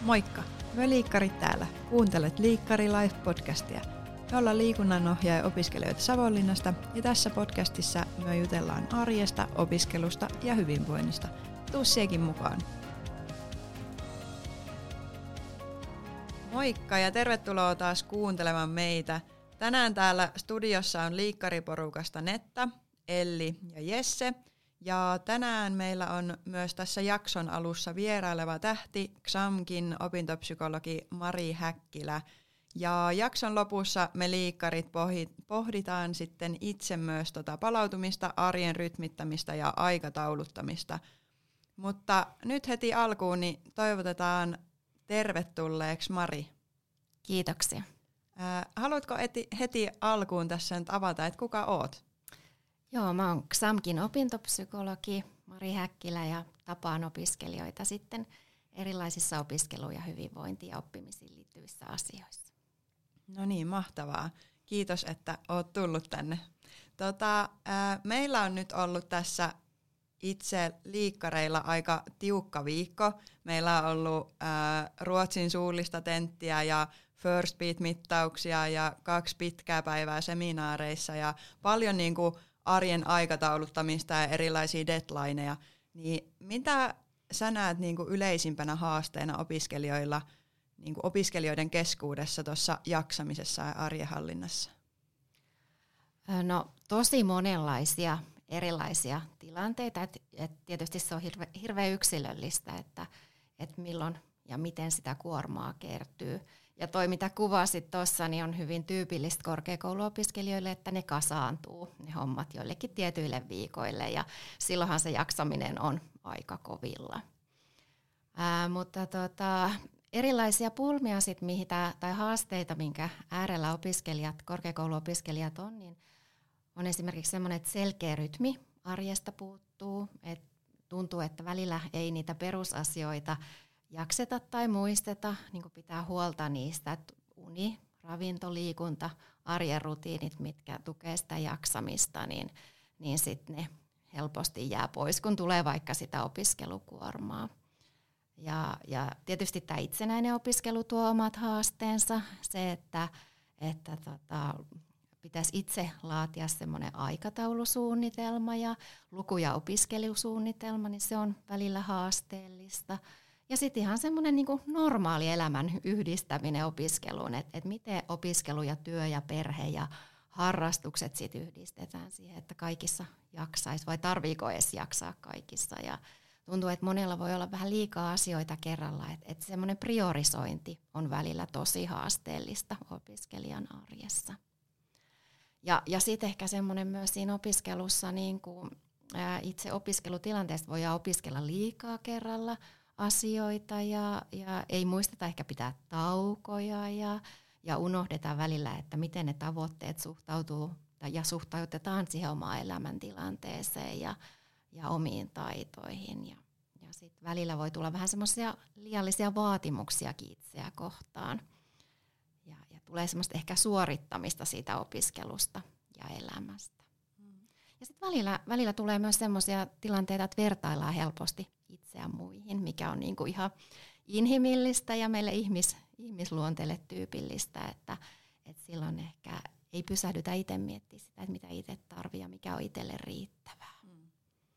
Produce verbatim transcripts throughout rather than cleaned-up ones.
Moikka! Me liikkarit täällä. Kuuntelet Liikkari Life-podcastia. Me ollaan liikunnanohjaaja opiskelijoita Savonlinnasta ja tässä podcastissa me jutellaan arjesta, opiskelusta ja hyvinvoinnista. Tuu siekin mukaan! Moikka ja tervetuloa taas kuuntelemaan meitä. Tänään täällä studiossa on liikkariporukasta Netta, Elli ja Jesse. Ja tänään meillä on myös tässä jakson alussa vieraileva tähti X A M Kin opintopsykologi Mari Häkkilä. Ja jakson lopussa me liikkarit pohditaan sitten itse myös tota palautumista, arjen rytmittämistä ja aikatauluttamista. Mutta nyt heti alkuun niin toivotetaan tervetulleeksi Mari. Kiitoksia. Ää, haluatko eti, heti alkuun tässä nyt avata, että kuka oot? Joo, mä oon X A M Kin opintopsykologi Mari Häkkilä ja tapaan opiskelijoita sitten erilaisissa opiskelu- ja hyvinvointi- ja oppimisiin liittyvissä asioissa. No niin, mahtavaa. Kiitos, että oot tullut tänne. Tota, ää, meillä on nyt ollut tässä itse liikkareilla aika tiukka viikko. Meillä on ollut ää, ruotsin suullista tenttiä ja first beat-mittauksia ja kaksi pitkää päivää seminaareissa ja paljon niin kuin arjen aikatauluttamista ja erilaisia deadlineja. Niin mitä sä näet niin kuin yleisimpänä haasteena opiskelijoilla, niin kuin opiskelijoiden keskuudessa tuossa jaksamisessa ja arjenhallinnassa? No tosi monenlaisia erilaisia tilanteita. Et, et tietysti se on hirve, hirveän yksilöllistä, että et milloin ja miten sitä kuormaa kertyy. Ja toi, mitä kuvasit tuossa, niin on hyvin tyypillistä korkeakouluopiskelijoille, että ne kasaantuu, ne hommat joillekin tietyille viikoille, ja silloinhan se jaksaminen on aika kovilla. Ää, mutta tota, erilaisia pulmia sit, mitä, tai haasteita, minkä äärellä opiskelijat, korkeakouluopiskelijat on, niin on esimerkiksi semmoinen, että selkeä rytmi arjesta puuttuu, että tuntuu, että välillä ei niitä perusasioita jakseta tai muisteta, niin kuin pitää huolta niistä, että uni, ravinto, liikunta, arjen rutiinit, mitkä tukee sitä jaksamista, niin, niin sitten ne helposti jää pois, kun tulee vaikka sitä opiskelukuormaa. Ja, ja tietysti tämä itsenäinen opiskelu tuo omat haasteensa, se, että, että tota, pitäisi itse laatia semmoinen aikataulusuunnitelma ja luku- ja opiskelusuunnitelma, niin se on välillä haasteellista. Ja sitten ihan semmoinen niin kuin normaali elämän yhdistäminen opiskeluun, että et miten opiskelu ja työ ja perhe ja harrastukset sit yhdistetään siihen, että kaikissa jaksaisi, vai tarviiko edes jaksaa kaikissa. Ja tuntuu, että monella voi olla vähän liikaa asioita kerralla, että et semmoinen priorisointi on välillä tosi haasteellista opiskelijan arjessa. Ja, ja sitten ehkä semmoinen myös siinä opiskelussa, niin kuin, ää, itse opiskelutilanteesta voidaan opiskella liikaa kerralla asioita ja, ja ei muisteta ehkä pitää taukoja ja, ja unohdetaan välillä, että miten ne tavoitteet suhtautuu ja suhtautetaan siihen omaan elämäntilanteeseen ja, ja omiin taitoihin. Ja, ja sitten välillä voi tulla vähän semmoisia liiallisia vaatimuksiakin itseä kohtaan ja, ja tulee semmoista ehkä suorittamista siitä opiskelusta ja elämästä. Mm. Ja sitten välillä, välillä tulee myös semmoisia tilanteita, että vertaillaan helposti itseä muihin, mikä on niinku ihan inhimillistä ja meille ihmis, ihmisluonteelle tyypillistä, että et silloin ehkä ei pysähdytä itse miettimään sitä, että mitä itse tarvii ja mikä on itselle riittävää. Mm.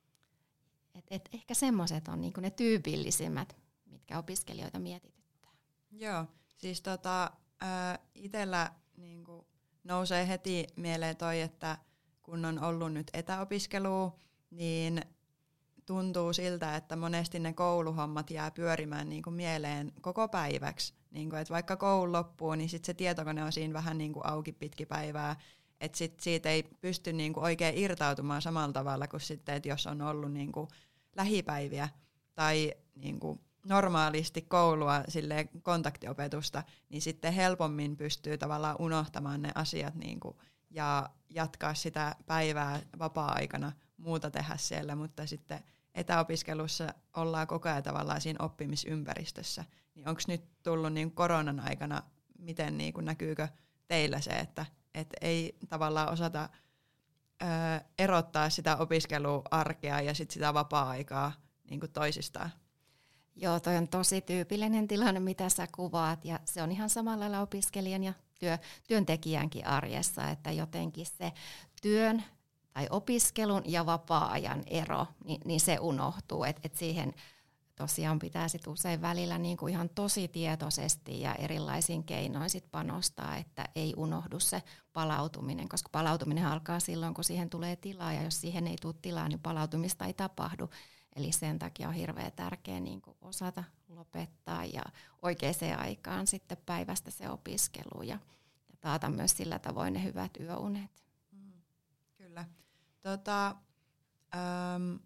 Et, et ehkä semmoiset on niinku ne tyypillisimmät, mitkä opiskelijoita mietityttää. Joo, siis tota, ää, itsellä niinku nousee heti mieleen toi, että kun on ollut nyt etäopiskelua, niin tuntuu siltä, että monesti ne kouluhommat jää pyörimään niin kuin mieleen koko päiväksi. Niin kuin, että vaikka koulu loppuu, niin sit se tietokone on siinä vähän niin kuin auki pitkin päivää. Että sit siitä ei pysty niin kuin oikein irtautumaan samalla tavalla kuin sitten, että jos on ollut niin kuin lähipäiviä tai niin kuin normaalisti koulua, silleen kontaktiopetusta, niin sitten helpommin pystyy tavallaan unohtamaan ne asiat niin kuin, ja jatkaa sitä päivää vapaa-aikana muuta tehdä siellä, mutta sitten etäopiskelussa ollaan koko ajan tavallaan siinä oppimisympäristössä. Niin onko nyt tullut niin koronan aikana, miten niin kuin näkyykö teillä se, että et ei tavallaan osata ö, erottaa sitä opiskeluarkea ja sit sitä vapaa-aikaa niin kuin toisistaan? Joo, toi on tosi tyypillinen tilanne, mitä sä kuvaat, ja se on ihan samalla lailla opiskelijan ja työ, työntekijänkin arjessa, että jotenkin se työn tai opiskelun ja vapaa-ajan ero, niin, niin se unohtuu, että et siihen tosiaan pitää sit usein välillä niin kuin ihan tosi tietoisesti ja erilaisin keinoin sit panostaa, että ei unohdu se palautuminen, koska palautuminen alkaa silloin, kun siihen tulee tilaa, ja jos siihen ei tule tilaa, niin palautumista ei tapahdu. Eli sen takia on hirveän tärkeää niin kuin osata lopettaa ja oikeaan aikaan sitten päivästä se opiskelu ja, ja taata myös sillä tavoin ne hyvät yöunet. Mm, kyllä. Tota, um,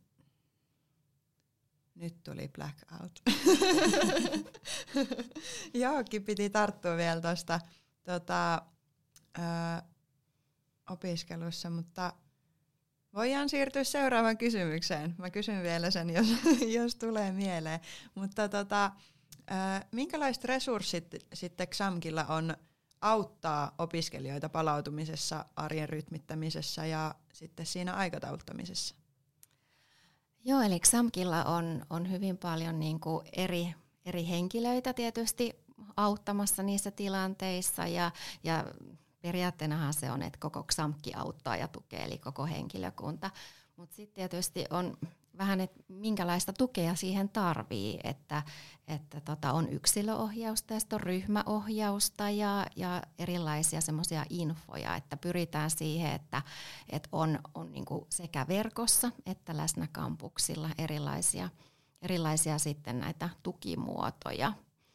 nyt tuli blackout. Johonkin piti tarttua vielä tuosta tota, ö, opiskelussa, mutta voidaan siirtyä seuraavaan kysymykseen. Mä kysyn vielä sen, jos, jos tulee mieleen. Mutta tota, ö, minkälaiset resurssit sitten XAMKilla on auttaa opiskelijoita palautumisessa, arjen rytmittämisessä ja sitten siinä aikatauluttamisessa? Joo, eli XAMKilla on, on hyvin paljon niin kuin eri, eri henkilöitä tietysti auttamassa niissä tilanteissa, ja, ja periaatteenahan se on, että koko XAMKki auttaa ja tukee, eli koko henkilökunta. Mutta sitten tietysti on vähän, että minkälaista tukea siihen tarvii, että, että tota on yksilöohjausta ja sitten on ryhmäohjausta ja, ja erilaisia semmoisia infoja, että pyritään siihen, että, että on, on niinku sekä verkossa että läsnä kampuksilla erilaisia, erilaisia sitten näitä tukimuotoja.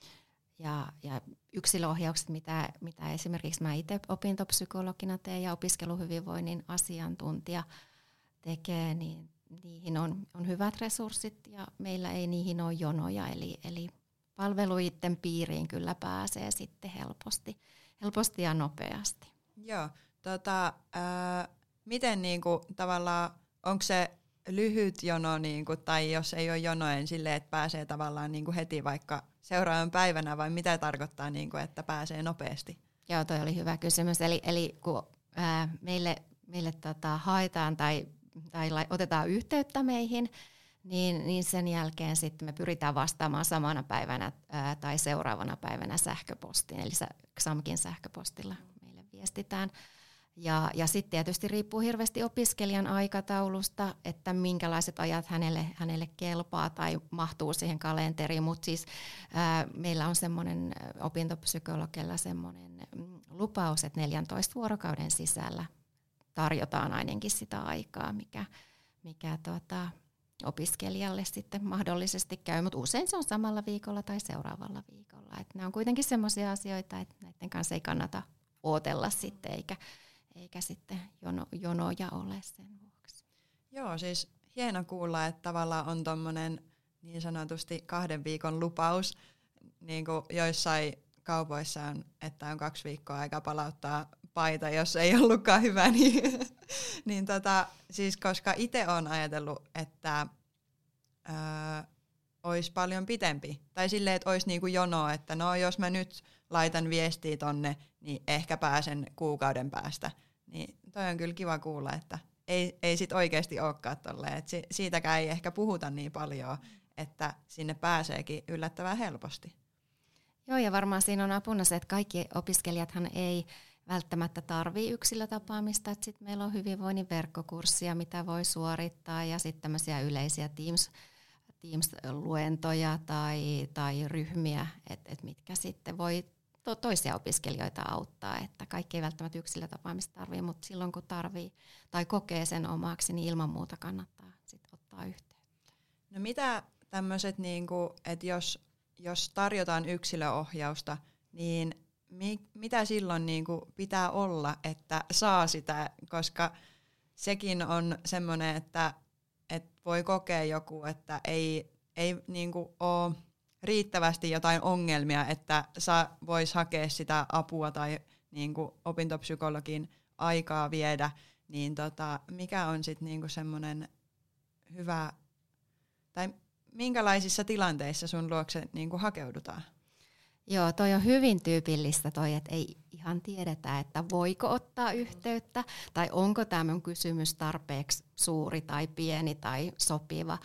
Ja, ja yksilöohjaukset, mitä, mitä esimerkiksi mä itse opintopsykologina teen ja opiskeluhyvinvoinnin asiantuntija tekee, niin niihin on, on hyvät resurssit ja meillä ei niihin ole jonoja, eli, eli palveluiden piiriin kyllä pääsee sitten helposti, helposti ja nopeasti. Joo, tota, ää, miten niinku, tavallaan, onko se lyhyt jono, niinku, tai jos ei ole jonoen silleen, että pääsee tavallaan niinku heti vaikka seuraavan päivänä, vai mitä tarkoittaa, niinku, että pääsee nopeasti? Joo, toi oli hyvä kysymys. Eli, eli kun ää, meille, meille tota, haetaan tai tai otetaan yhteyttä meihin, niin, niin sen jälkeen sitten me pyritään vastaamaan samana päivänä ää, tai seuraavana päivänä sähköpostiin, eli XAMKin sähköpostilla meille viestitään. Ja, ja sitten tietysti riippuu hirveästi opiskelijan aikataulusta, että minkälaiset ajat hänelle, hänelle kelpaa tai mahtuu siihen kalenteriin, mutta siis ää, meillä on semmoinen opintopsykologilla semmoinen lupaus, että neljäntoista vuorokauden sisällä tarjotaan ainakin sitä aikaa, mikä, mikä tuota, opiskelijalle sitten mahdollisesti käy, mutta usein se on samalla viikolla tai seuraavalla viikolla. Et nämä on kuitenkin sellaisia asioita, että näiden kanssa ei kannata ootella sitten, eikä, eikä sitten jono, jonoja ole sen vuoksi. Joo, siis hieno kuulla, että tavallaan on tommonen niin sanotusti kahden viikon lupaus, niin kuin joissain kaupoissa on, että on kaksi viikkoa aika palauttaa paita, jos ei ollutkaan hyvä, niin, niin tota, siis koska itse olen ajatellut, että öö, olisi paljon pitempi. Tai silleen, että olisi niinku jono, että no jos mä nyt laitan viestiä tonne, niin ehkä pääsen kuukauden päästä. Niin toi on kyllä kiva kuulla, että ei, ei sit oikeasti olekaan tolleen. Et si, siitäkään ei ehkä puhuta niin paljon, että sinne pääseekin yllättävän helposti. Joo, ja varmaan siinä on apuna se, että kaikki opiskelijathan ei välttämättä tarvii yksilötapaamista, että sitten meillä on hyvinvoinnin verkkokurssia, mitä voi suorittaa, ja sitten tämmöisiä yleisiä Teams, Teams-luentoja tai, tai ryhmiä, että et mitkä sitten voi to, toisia opiskelijoita auttaa, että kaikki ei välttämättä yksilötapaamista tarvii, mutta silloin kun tarvii tai kokee sen omaksi, niin ilman muuta kannattaa sitten ottaa yhteyttä. No mitä tämmöiset, niinku, että jos, jos tarjotaan yksilöohjausta, niin Mi- mitä silloin niinku pitää olla, että saa sitä, koska sekin on semmoinen, että et voi kokea joku, että ei, ei niinku ole riittävästi jotain ongelmia, että voisi hakea sitä apua tai niinku opintopsykologin aikaa viedä, niin tota, mikä on sitten niinku semmoinen hyvä, tai minkälaisissa tilanteissa sun luokse niinku hakeudutaan? Joo, toi on hyvin tyypillistä toi, että ei ihan tiedetä, että voiko ottaa yhteyttä tai onko tämä kysymys tarpeeksi suuri tai pieni tai sopiva.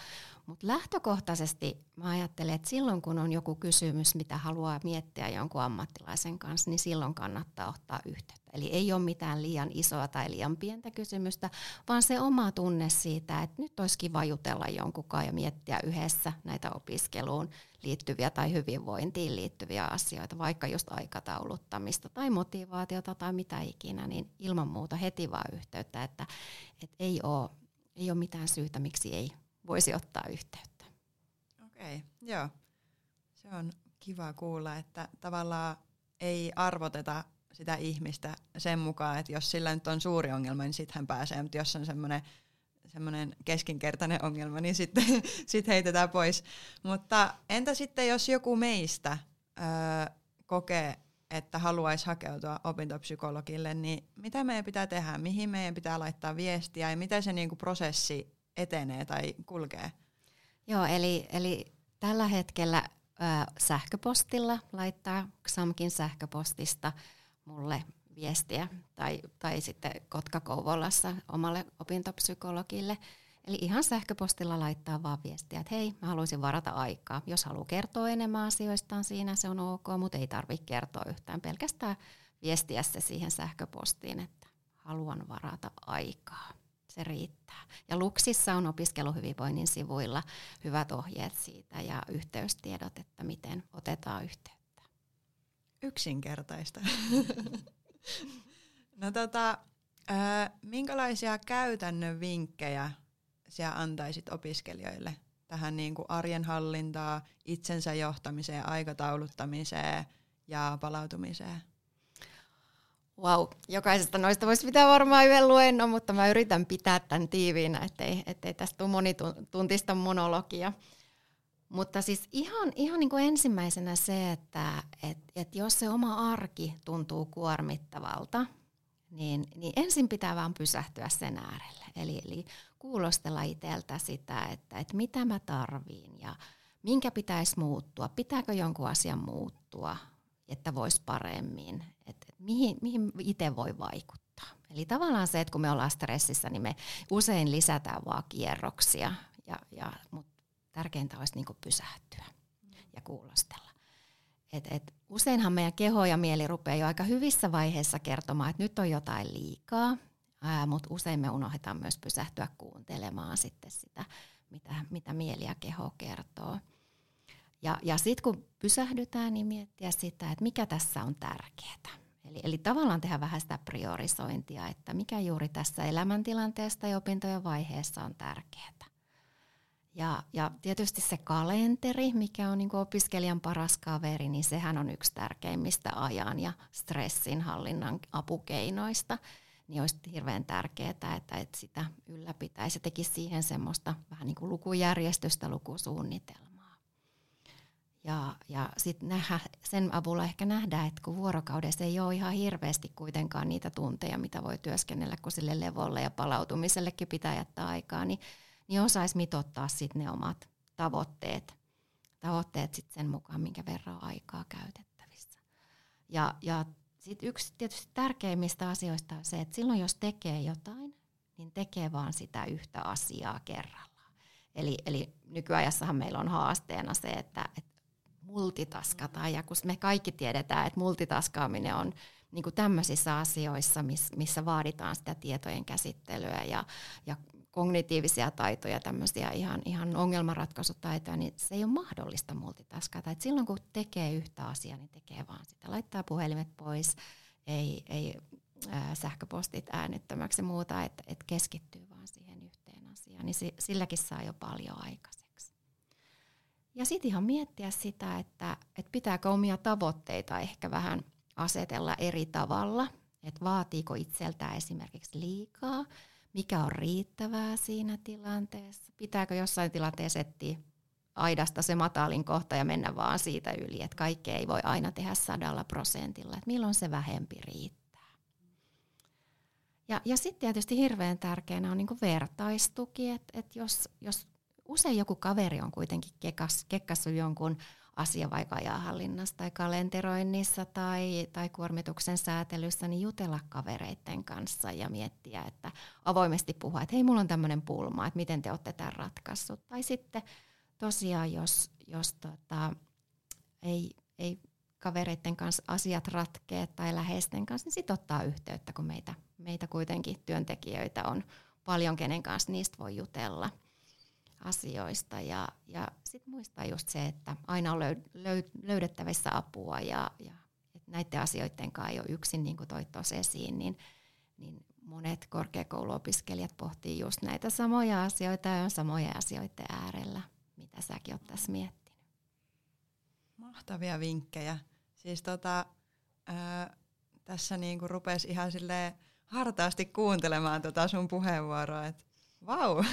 Mutta lähtökohtaisesti mä ajattelen, että silloin kun on joku kysymys, mitä haluaa miettiä jonkun ammattilaisen kanssa, niin silloin kannattaa ottaa yhteyttä. Eli ei ole mitään liian isoa tai liian pientä kysymystä, vaan se oma tunne siitä, että nyt olisi kiva jutella jonkunkaan ja miettiä yhdessä näitä opiskeluun liittyviä tai hyvinvointiin liittyviä asioita, vaikka just aikatauluttamista tai motivaatiota tai mitä ikinä, niin ilman muuta heti vaan yhteyttä, että, että ei ole, ei ole mitään syytä, miksi ei voisi ottaa yhteyttä. Okei, joo. Se on kiva kuulla, että tavallaan ei arvoteta sitä ihmistä sen mukaan, että jos sillä nyt on suuri ongelma, niin sitten hän pääsee, mutta jos on semmoinen semmoinen keskinkertainen ongelma, niin sitten sit heitetään pois. Mutta entä sitten, jos joku meistä öö, kokee, että haluaisi hakeutua opintopsykologille, niin mitä meidän pitää tehdä? Mihin meidän pitää laittaa viestiä ja miten se niinku prosessi etenee tai kulkee? Joo, eli, eli tällä hetkellä ö, sähköpostilla laittaa X A M Kin sähköpostista mulle viestiä tai, tai sitten Kotka-Kouvolassa omalle opintopsykologille. Eli ihan sähköpostilla laittaa vaan viestiä, että hei, mä haluaisin varata aikaa. Jos haluaa kertoa enemmän asioistaan siinä, se on ok, mutta ei tarvitse kertoa yhtään. Pelkästään viestiä se siihen sähköpostiin, että haluan varata aikaa. Se riittää. Ja Luksissa on opiskeluhyvinvoinnin sivuilla hyvät ohjeet siitä ja yhteystiedot, että miten otetaan yhteyttä. Yksinkertaista. No tota, äh, minkälaisia käytännön vinkkejä sinä antaisit opiskelijoille tähän niin kuin arjen hallintaan, itsensä johtamiseen, aikatauluttamiseen ja palautumiseen? Vau, wow. Jokaisesta noista voisi pitää varmaan yhden luennon, mutta mä yritän pitää tämän tiiviinä, ettei, ettei tästä tule monituntista monologia. Mutta siis ihan, ihan niin kuin ensimmäisenä se, että et, et jos se oma arki tuntuu kuormittavalta, niin, niin ensin pitää vaan pysähtyä sen äärelle. Eli, eli kuulostella itseltä sitä, että et mitä mä tarviin ja minkä pitäisi muuttua, pitääkö jonkun asian muuttua, että voisi paremmin, että et mihin, mihin itse voi vaikuttaa. Eli tavallaan se, että kun me ollaan stressissä, niin me usein lisätään vaan kierroksia, ja, ja, mutta tärkeintä olisi niinku pysähtyä ja kuulostella. Et, et useinhan meidän keho ja mieli rupeaa jo aika hyvissä vaiheissa kertomaan, että nyt on jotain liikaa, ää, mutta usein me unohdetaan myös pysähtyä kuuntelemaan sitten sitä, mitä, mitä mieli ja keho kertoo. Ja, ja sitten kun pysähdytään, niin miettiä sitä, että mikä tässä on tärkeää. Eli, eli tavallaan tehdä vähän sitä priorisointia, että mikä juuri tässä elämäntilanteessa tai opintojen vaiheessa on tärkeää. Ja, ja tietysti se kalenteri, mikä on niin kuin opiskelijan paras kaveri, niin sehän on yksi tärkeimmistä ajan ja stressin hallinnan apukeinoista. Niin olisi hirveän tärkeää, että, että sitä ylläpitäisi ja tekisi siihen semmoista vähän niin kuin lukujärjestystä, lukusuunnitelmaa. Ja, ja sitten sen avulla ehkä nähdään, että kun vuorokaudessa ei ole ihan hirveästi kuitenkaan niitä tunteja, mitä voi työskennellä, kun sille levolle ja palautumisellekin pitää jättää aikaa, niin, niin osaisi mitoittaa sitten ne omat tavoitteet, tavoitteet sit sen mukaan, minkä verran on aikaa käytettävissä. Ja, ja sitten yksi tietysti tärkeimmistä asioista on se, että silloin jos tekee jotain, niin tekee vaan sitä yhtä asiaa kerrallaan. Eli, eli nykyajassahan meillä on haasteena se, että, että multitaskataan, ja kun me kaikki tiedetään, että multitaskaaminen on niin kuin tämmöisissä asioissa, missä vaaditaan sitä tietojen käsittelyä ja, ja kognitiivisia taitoja, tämmöisiä ihan, ihan ongelmanratkaisutaitoja, niin se ei ole mahdollista multitaskata. Et silloin kun tekee yhtä asiaa, niin tekee vaan sitä. Laittaa puhelimet pois, ei, ei ää, sähköpostit äänettömäksi ja muuta, että et keskittyy vaan siihen yhteen asiaan, niin si, silläkin saa jo paljon aikaiseksi. Ja sitten ihan miettiä sitä, että, että pitääkö omia tavoitteita ehkä vähän asetella eri tavalla, että vaatiiko itseltään esimerkiksi liikaa, mikä on riittävää siinä tilanteessa, pitääkö jossain tilanteessa etsiä aidasta se matalin kohta ja mennä vaan siitä yli, että kaikkea ei voi aina tehdä sadalla prosentilla, että milloin se vähempi riittää. Ja, ja sitten tietysti hirveän tärkeänä on niinku vertaistuki, että et jos, jos usein joku kaveri on kuitenkin kekas, kekkassut jonkun asia vaikka ajanhallinnassa tai kalenteroinnissa tai, tai kuormituksen säätelyssä, niin jutella kavereiden kanssa ja miettiä, että avoimesti puhua, että hei, mulla on tämmöinen pulma, että miten te olette tämän ratkaissut. Tai sitten tosiaan, jos, jos tota, ei, ei kavereiden kanssa asiat ratkee tai läheisten kanssa, niin sitten ottaa yhteyttä, kun meitä, meitä kuitenkin työntekijöitä on paljon, kenen kanssa niistä voi jutella asioista. Ja, ja sitten muistaa just se, että aina on löydettävissä apua ja, ja että näiden asioiden kanssa ei ole yksin, niin kuin toit tuossa esiin, niin, niin monet korkeakouluopiskelijat pohtii just näitä samoja asioita ja on samoja asioiden äärellä, mitä säkin oot tässä miettinyt. Mahtavia vinkkejä. Siis tota, ää, tässä niinku rupesi ihan silleen hartaasti kuuntelemaan tota sun puheenvuoroa, että vau.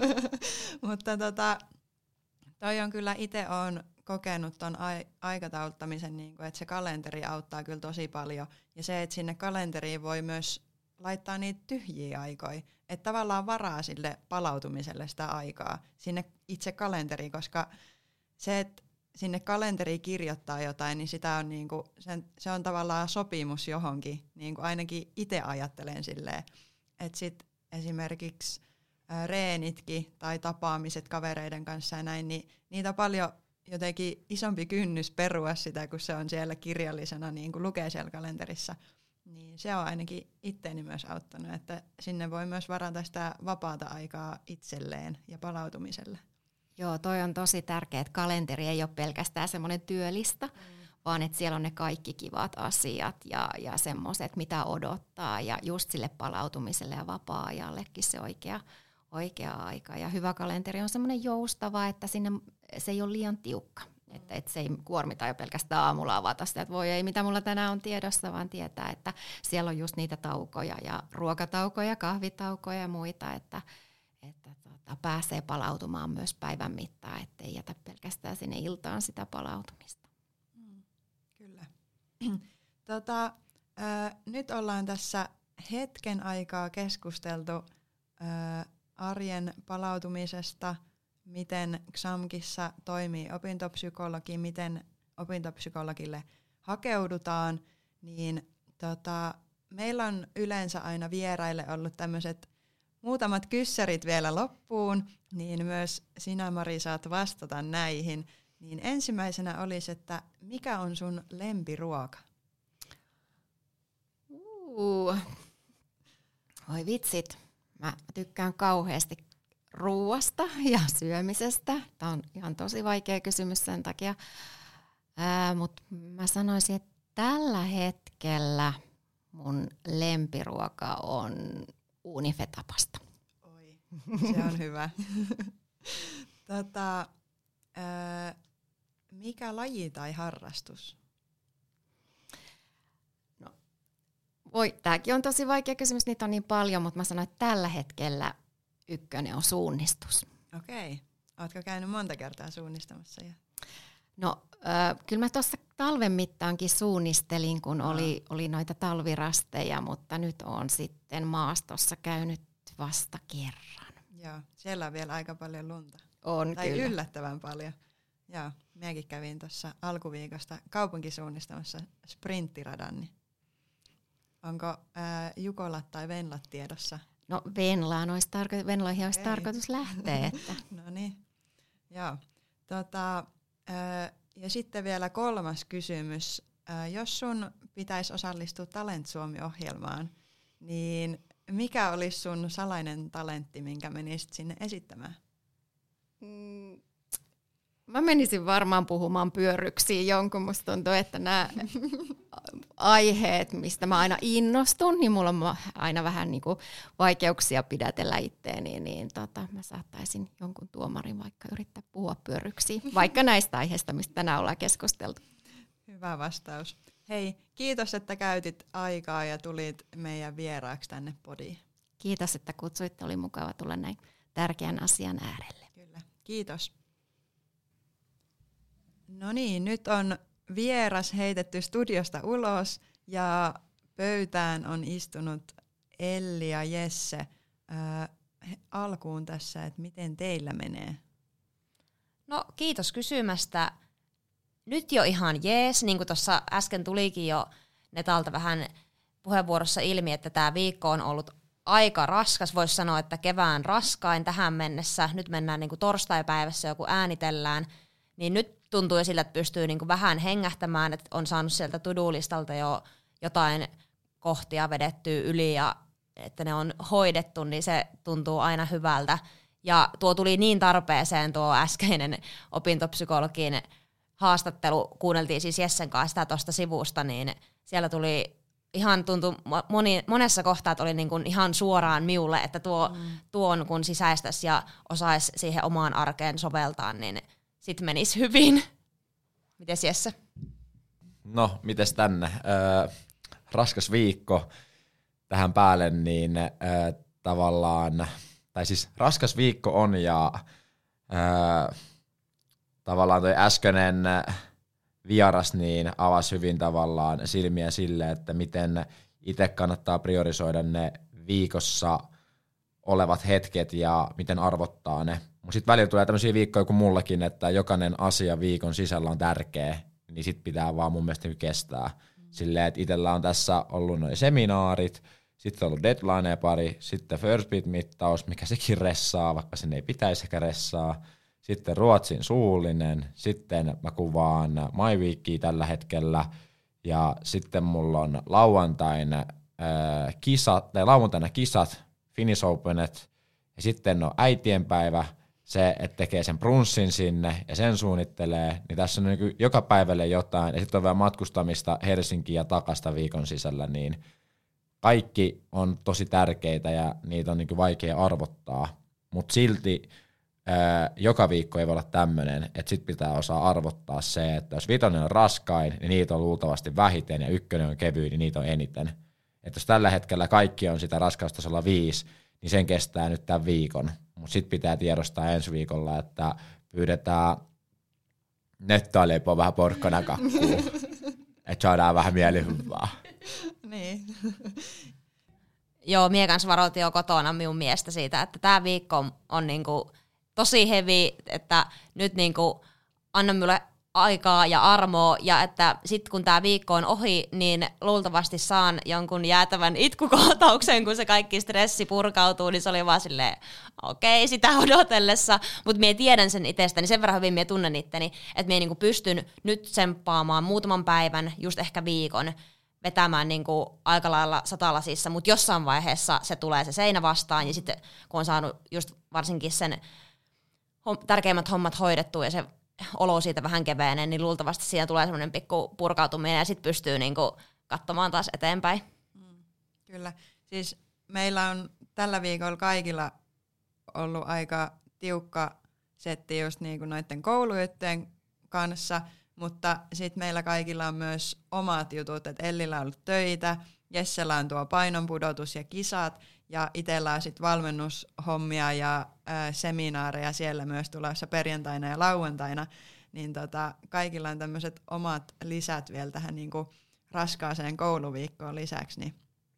Mutta tota, toi on kyllä, itse on kokenut ton ai- aikatauluttamisen, niinku, että se kalenteri auttaa kyllä tosi paljon. Ja se, että sinne kalenteriin voi myös laittaa niitä tyhjiä aikoja, että tavallaan varaa sille palautumiselle sitä aikaa sinne itse kalenteriin, koska se, että sinne kalenteriin kirjoittaa jotain, niin sitä on niinku, sen, se on tavallaan sopimus johonkin, niinku ainakin itse ajattelen silleen, että sit esimerkiksi ää, reenitkin tai tapaamiset kavereiden kanssa ja näin, niin niitä on paljon jotenkin isompi kynnys perua sitä, kun se on siellä kirjallisena, niin kuin lukee siellä kalenterissa. Niin se on ainakin itteeni myös auttanut, että sinne voi myös varata sitä vapaata aikaa itselleen ja palautumiselle. Joo, toi on tosi tärkeä, että kalenteri ei ole pelkästään semmoinen työlista, mm. vaan että siellä on ne kaikki kivat asiat ja, ja semmoiset, mitä odottaa. Ja just sille palautumiselle ja vapaa-ajallekin se oikea, oikea aika. Ja hyvä kalenteri on semmoinen joustava, että sinne se ei ole liian tiukka. Mm. Että et se ei kuormita jo pelkästään aamulla avata sitä, että voi ei, mitä mulla tänään on tiedossa, vaan tietää, että siellä on just niitä taukoja ja ruokataukoja, kahvitaukoja ja muita, että että tota, pääsee palautumaan myös päivän mittaan, ettei jätä pelkästään sinne iltaan sitä palautumista. Mm, kyllä. tota, äh, nyt ollaan tässä hetken aikaa keskusteltu äh, arjen palautumisesta, miten X A M Kissa toimii opintopsykologi, miten opintopsykologille hakeudutaan, niin tota, meillä on yleensä aina vieraille ollut tämmöiset muutamat kyssärit vielä loppuun, niin myös sinä, Mari, saat vastata näihin. Niin ensimmäisenä olisi, että mikä on sun lempiruoka? Uh. Oi vitsit, mä tykkään kauheasti ruuasta ja syömisestä. Tämä on ihan tosi vaikea kysymys sen takia, mutta mä sanoisin, että tällä hetkellä mun lempiruoka on uunifetapasta. Oi, se on hyvä. tota, ää, mikä laji tai harrastus? No, voi, tämäkin on tosi vaikea kysymys, niitä on niin paljon, mutta mä sanoin, että tällä hetkellä ykkönen on suunnistus. Okei. Ootko käynyt monta kertaa suunnistamassa? Ja? No, äh, kyllä mä tuossa talven mittaankin suunnistelin, kun no. oli, oli noita talvirasteja, mutta nyt on sitten maastossa käynyt vasta kerran. Joo, siellä on vielä aika paljon lunta. On tai kyllä. yllättävän paljon. Joo, minäkin kävin tuossa alkuviikosta kaupunkisuunnistamassa sprinttiradan. Niin onko ää, Jukolat tai Venlat tiedossa? No Venlaan olisi tarko- Venloihin olisi Ei. tarkoitus lähteä. Että. No niin, joo. Tota, ää, ja sitten vielä kolmas kysymys. Ää, jos sun pitäisi osallistua Talent Suomi-ohjelmaan, niin mikä olisi sun salainen talentti, minkä menisit sinne esittämään? Mm. Mä menisin varmaan puhumaan pyörryksiin jonkun. Musta tuntuu, että nämä aiheet, mistä mä aina innostun, niin mulla on aina vähän niinku vaikeuksia pidätellä itteeni, niin tota, mä saattaisin jonkun tuomarin vaikka yrittää puhua pyörryksiin, vaikka näistä aiheista, mistä tänään ollaan keskusteltu. Hyvä vastaus. Hei, kiitos, että käytit aikaa ja tulit meidän vieraaksi tänne podiin. Kiitos, että kutsuitte. Oli mukava tulla näin tärkeän asian äärelle. Kyllä, kiitos. No niin, nyt on vieras heitetty studiosta ulos ja pöytään on istunut Elli ja Jesse. Äh, alkuun tässä, että miten teillä menee? No kiitos kysymästä. nyt jo ihan jees, niin kuin tuossa äsken tulikin jo Netalta vähän puheenvuorossa ilmi, että tämä viikko on ollut aika raskas, voisi sanoa, että kevään raskain tähän mennessä, nyt mennään niin kuin torstaipäivässä joku äänitellään, niin nyt tuntuu jo siltä, että pystyy niin kuin vähän hengähtämään, että on saanut sieltä to-do-listalta jo jotain kohtia vedettyä yli ja että ne on hoidettu, niin se tuntuu aina hyvältä. Ja tuo tuli niin tarpeeseen tuo äskeinen opintopsykologin haastattelu, kuunneltiin siis Jessen kanssa sitä tuosta sivusta, niin siellä tuli ihan tuntui moni, monessa kohtaa, että oli niin kuin ihan suoraan miulle, että tuo, mm. tuon kun sisäistäisi ja osaisi siihen omaan arkeen soveltaa, niin sitten menisi hyvin. Mites Jesse? No, mites tänne? Öö, raskas viikko tähän päälle, niin öö, tavallaan, tai siis raskas viikko on ja öö, tavallaan toi äskeinen vieras niin avasi hyvin tavallaan silmiä sille, että miten itse kannattaa priorisoida ne viikossa olevat hetket ja miten arvottaa ne. Mutta sitten välillä tulee tämmöisiä viikkoja kuin mullakin, että jokainen asia viikon sisällä on tärkeä, niin sit pitää vaan mun mielestä kestää. Mm. Silleen, että itsellä on tässä ollut noin seminaarit, sitten on ollut deadline pari, sitten first beat-mittaus, mikä sekin ressaa, vaikka sen ei pitäisi ehkä ressaa. Sitten Ruotsin suullinen, sitten mä kuvaan My Weekia tällä hetkellä, ja sitten mulla on lauantaina äh, kisat, tai lauantaina kisat, Finnish Openet, ja sitten on äitienpäivä, se, että tekee sen brunssin sinne ja sen suunnittelee, niin tässä on niin joka päivälle jotain, ja sitten on vielä matkustamista Helsinkiin ja takasta viikon sisällä, niin kaikki on tosi tärkeitä ja niitä on niin vaikea arvottaa, mutta silti ää, joka viikko ei voi olla tämmöinen, että sit pitää osaa arvottaa se, että jos vitonen on raskain, niin niitä on luultavasti vähiten, ja ykkönen on kevyin, niin niitä on eniten. Että jos tällä hetkellä kaikki on sitä raskaustasolla viisi, niin sen kestää nyt tämän viikon. Mutta sitten pitää tiedostaa ensi viikolla, että pyydetään nettoaleipoa vähän porkkana kakkuun, että saadaan vähän mielihyvää. Niin. Joo, mie kanssa varoitin jo kotona minun miestä siitä, että tämä viikko on, on niinku tosi hevi, että nyt niinku anna minulle aikaa ja armoa, ja että sitten kun tämä viikko on ohi, niin luultavasti saan jonkun jäätävän itkukohtauksen, kun se kaikki stressi purkautuu, niin se oli vaan silleen, okei, okay, sitä odotellessa, mutta mie tiedän sen itsestäni, sen verran hyvin mie tunnen itteni, että mie niinku pystyn nyt tsemppaamaan muutaman päivän, just ehkä viikon, vetämään niinku aika lailla satalasissa, mutta jossain vaiheessa se tulee se seinä vastaan, ja sitten kun on saanut just varsinkin sen hom- tärkeimmät hommat hoidettua, ja se olo siitä vähän kevenee, niin luultavasti siinä tulee semmoinen pikku purkautuminen, ja sitten pystyy niinku katsomaan taas eteenpäin. Mm, kyllä. Siis meillä on tällä viikolla kaikilla ollut aika tiukka setti just niinku noiden koulujuttujen kanssa, mutta sitten meillä kaikilla on myös omat jutut, että Ellillä on ollut töitä, Jessellä on tuo painonpudotus ja kisat, ja itsellä on sitten valmennushommia ja ää, seminaareja siellä myös tulossa perjantaina ja lauantaina, niin tota, kaikilla on tämmöiset omat lisät vielä tähän niinku raskaaseen kouluviikkoon lisäksi, niin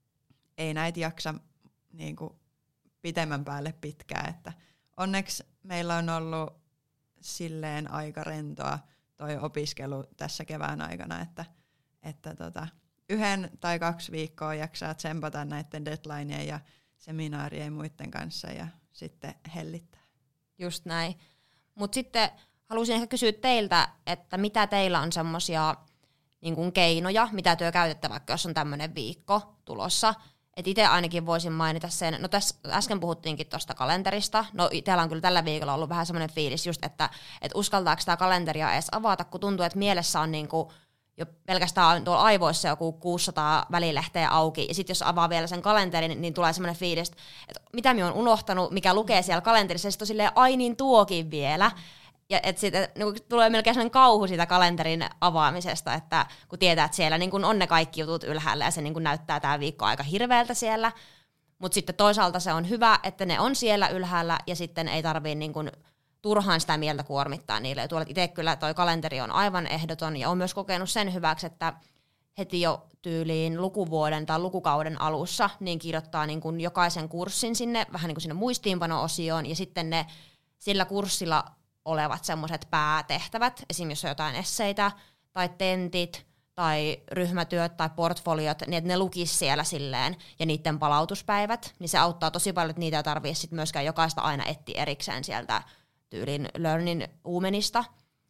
ei näitä jaksa niinku pitemmän päälle pitkään, että onneksi meillä on ollut silleen aika rentoa toi opiskelu tässä kevään aikana, että, että tota, yhden tai kaksi viikkoa jaksaa tsempata näiden deadlinejen ja seminaarien ja muiden kanssa ja sitten hellittää. Just näin. Mutta sitten haluaisin ehkä kysyä teiltä, että mitä teillä on semmoisia niin kuin keinoja, mitä työ käytätte, vaikka jos on tämmöinen viikko tulossa. Et itse ainakin voisin mainita sen, no tässä äsken puhuttiinkin tuosta kalenterista, no itsellä on kyllä tällä viikolla ollut vähän semmoinen fiilis just, että et uskaltaako sitä kalenteria edes avata, kun tuntuu, että mielessä on niinku jo pelkästään tuolla aivoissa joku kuusisataa välilehteä auki, ja sitten jos avaa vielä sen kalenterin, niin, niin tulee semmoinen fiilis, että mitä minä olen unohtanut, mikä lukee siellä kalenterissa, ja sitten on silleen, ai niin tuokin vielä. Ja että sitten niin tulee melkein sellainen kauhu siitä kalenterin avaamisesta, että kun tietää, että siellä niin on ne kaikki jutut ylhäällä, ja se niin näyttää tämä viikko aika hirveältä siellä, mutta sitten toisaalta se on hyvä, että ne on siellä ylhäällä, ja sitten ei tarvitse niin turhaan sitä mieltä kuormittaa niille. Ja tuolla itse kyllä toi kalenteri on aivan ehdoton, ja olen myös kokenut sen hyväksi, että heti jo tyyliin lukuvuoden tai lukukauden alussa niin kirjoittaa niin kuin jokaisen kurssin sinne, vähän niin kuin sinne muistiinpano-osioon, ja sitten ne sillä kurssilla olevat semmoiset päätehtävät, esimerkiksi jos on jotain esseitä tai tentit tai ryhmätyöt tai portfoliot, niin että ne lukisi siellä silleen ja niiden palautuspäivät, niin se auttaa tosi paljon, että niitä ei tarvitse sit myöskään jokaista aina etsiä erikseen sieltä tyylin Learnin Womanista.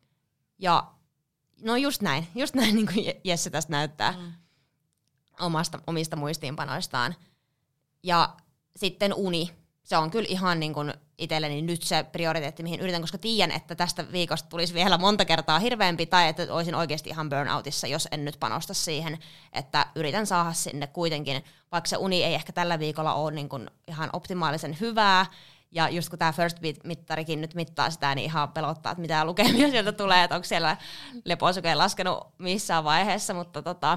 Ja no just näin, just näin niin kuin Jesse tästä näyttää mm. omasta, omista muistiinpanoistaan. Ja sitten uni, se on kyllä ihan niin kuin itselleni nyt se prioriteetti, mihin yritän, koska tiedän, että tästä viikosta tulisi vielä monta kertaa hirveämpi, tai että olisin oikeasti ihan burnoutissa, jos en nyt panosta siihen, että yritän saada sinne kuitenkin, vaikka se uni ei ehkä tällä viikolla ole niin kuin ihan optimaalisen hyvää, ja just kun tämä First Beat-mittarikin nyt mittaa sitä, niin ihan pelottaa, että mitä lukemia sieltä tulee, että onko siellä leposuke laskenut missään vaiheessa, mutta tota,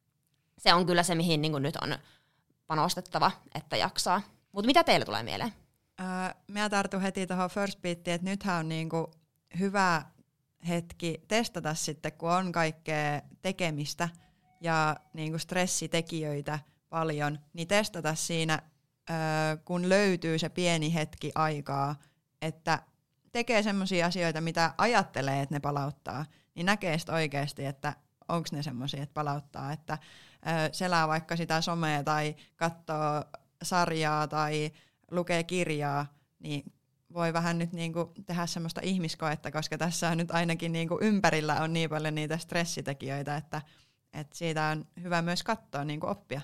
se on kyllä se, mihin niin kuin nyt on panostettava, että jaksaa. Mutta mitä teille tulee mieleen? Öö, minä tartun heti tuohon First Beatiin, että nythän on niinku hyvä hetki testata sitten, kun on kaikkea tekemistä ja niinku stressitekijöitä paljon, niin testata siinä, öö, kun löytyy se pieni hetki aikaa, että tekee semmoisia asioita, mitä ajattelee, että ne palauttaa, niin näkee sitten oikeasti, että onko ne semmoisia, että palauttaa, että öö, selää vaikka sitä somea tai katsoo sarjaa tai lukee kirjaa, niin voi vähän nyt niinku tehdä semmoista ihmiskoetta, koska tässä on nyt ainakin niinku ympärillä on niin paljon niitä stressitekijöitä, että, että siitä on hyvä myös katsoa, niinku oppia.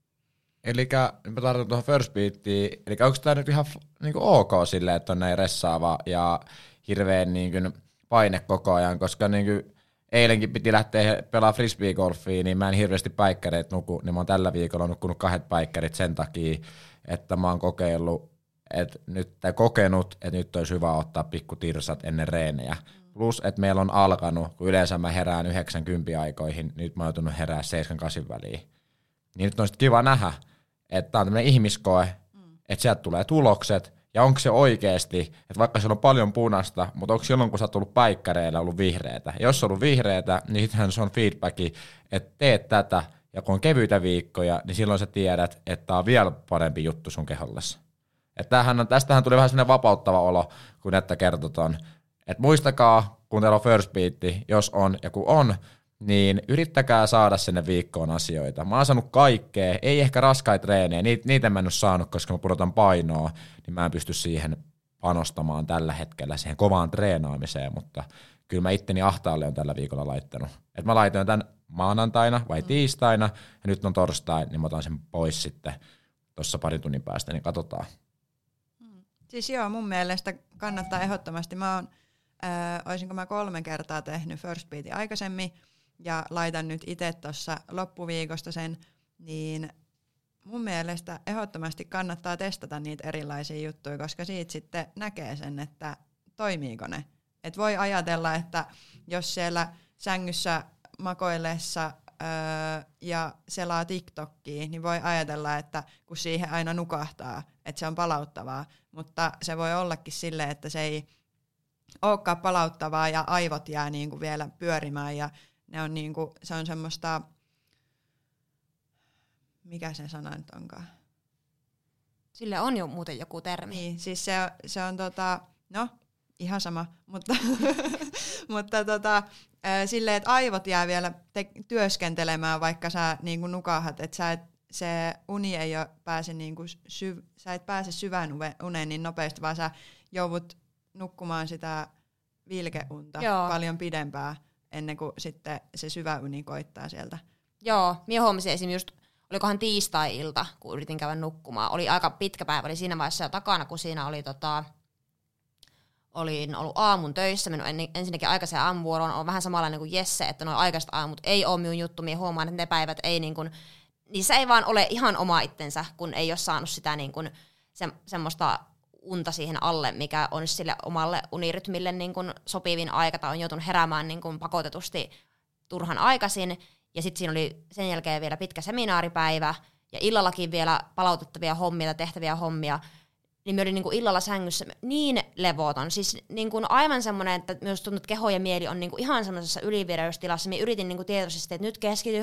Eli mä tartun tuohon First Beatiin, eli onko tämä nyt ihan niinku ok silleen, että on näin ressaava ja hirveän niinku paine koko ajan, koska niinku eilenkin piti lähteä pelaamaan frisbeegolfia, niin mä en hirveästi päikkäreitä nuku, niin mä oon tällä viikolla nukkunut kahdet päikkärit sen takia, että mä oon kokeillut, että nyt, tai kokenut, että nyt olisi hyvä ottaa pikku tirsat ennen reenejä. Mm. Plus, että meillä on alkanut, kun yleensä mä herään yhdeksänkymmentä aikoihin, nyt mä oon joutunut herää seitsemän kahdeksan väliin. Niin nyt on sitten kiva nähdä, että tää on tämmönen ihmiskoe, mm. että sieltä tulee tulokset, ja onko se oikeasti, että vaikka siellä on paljon punaista, mutta onko silloin, kun sä oot tullut päikkäreillä, ollut vihreätä? Ja jos on ollut vihreätä, niin sittenhän se on feedbacki, että teet tätä, ja kun on kevyitä viikkoja, niin silloin sä tiedät, että tää on vielä parempi juttu sun kehollesi. Että on, tästähän tuli vähän sellainen vapauttava olo, kun Netta kertoi ton. Että muistakaa, kun teillä on First Beat, jos on ja kun on, niin yrittäkää saada sinne viikkoon asioita. Mä oon saanut kaikkea, ei ehkä raskaita treenejä, niitä, niitä mä en ole saanut, koska mä pudotan painoa, niin mä en pysty siihen panostamaan tällä hetkellä, siihen kovaan treenaamiseen, mutta kyllä mä itteni ahtaalle on tällä viikolla laittanut. Et mä laitoin tämän maanantaina vai tiistaina, ja nyt on torstai, niin mä otan sen pois sitten tuossa parin tunnin päästä, niin katsotaan. Siis joo, mun mielestä kannattaa ehdottomasti. Mä oon, äh, oisinko mä kolme kertaa tehnyt First Beatin aikaisemmin, ja laitan nyt itse tuossa loppuviikosta sen, niin mun mielestä ehdottomasti kannattaa testata niitä erilaisia juttuja, koska siitä sitten näkee sen, että toimiiko ne. Et voi ajatella, että jos siellä sängyssä makoillessa öö, ja selaa TikTokia, niin voi ajatella, että kun siihen aina nukahtaa, että se on palauttavaa, mutta se voi ollakin silleen, että se ei olekaan palauttavaa ja aivot jää niinku vielä pyörimään ja ne on niinku, se on semmoista, mikä se sana nyt onkaan? Sille on jo muuten joku termi. Niin, siis se, se on tota, no ihan sama, mutta, mutta tota, silleen, että aivot jää vielä te- työskentelemään, vaikka sä niinku nukahat, että sä et, se uni ei ole pääse niinku syv- sä et pääse syvään uneen niin nopeasti, vaan sä joudut nukkumaan sitä vilkeunta Joo. paljon pidempään ennen kuin sitten se syvä uni koittaa sieltä. Joo, minä huomasin esimerkiksi just, olikohan tiistai-ilta, kun yritin käydä nukkumaan. Oli aika pitkä päivä, oli siinä vaiheessa jo takana, kun siinä oli tota, olin ollut aamun töissä, mennyt ensinnäkin aikaisen aamuvuoroon, on vähän samanlainen kuin Jesse, että nuo aikaiset aamut ei ole minun juttu, minä huomaan, että ne päivät ei niin kuin, niissä ei vaan ole ihan oma itsensä, kun ei ole saanut sitä niin kuin, se, semmoista unta siihen alle, mikä on sille omalle unirytmille niin kuin sopivin aika, tai on joutunut heräämään niin kuin pakotetusti turhan aikaisin, ja sitten siinä oli sen jälkeen vielä pitkä seminaaripäivä, ja illallakin vielä palautettavia hommia, tehtäviä hommia, niin me olin niin kuin illalla sängyssä niin levoton, siis niin kuin aivan semmoinen, että myös tuntuu, että keho ja mieli on niin kuin ihan semmoisessa ylivireystilassa, minä yritin niin kuin tietoisesti, että nyt keskity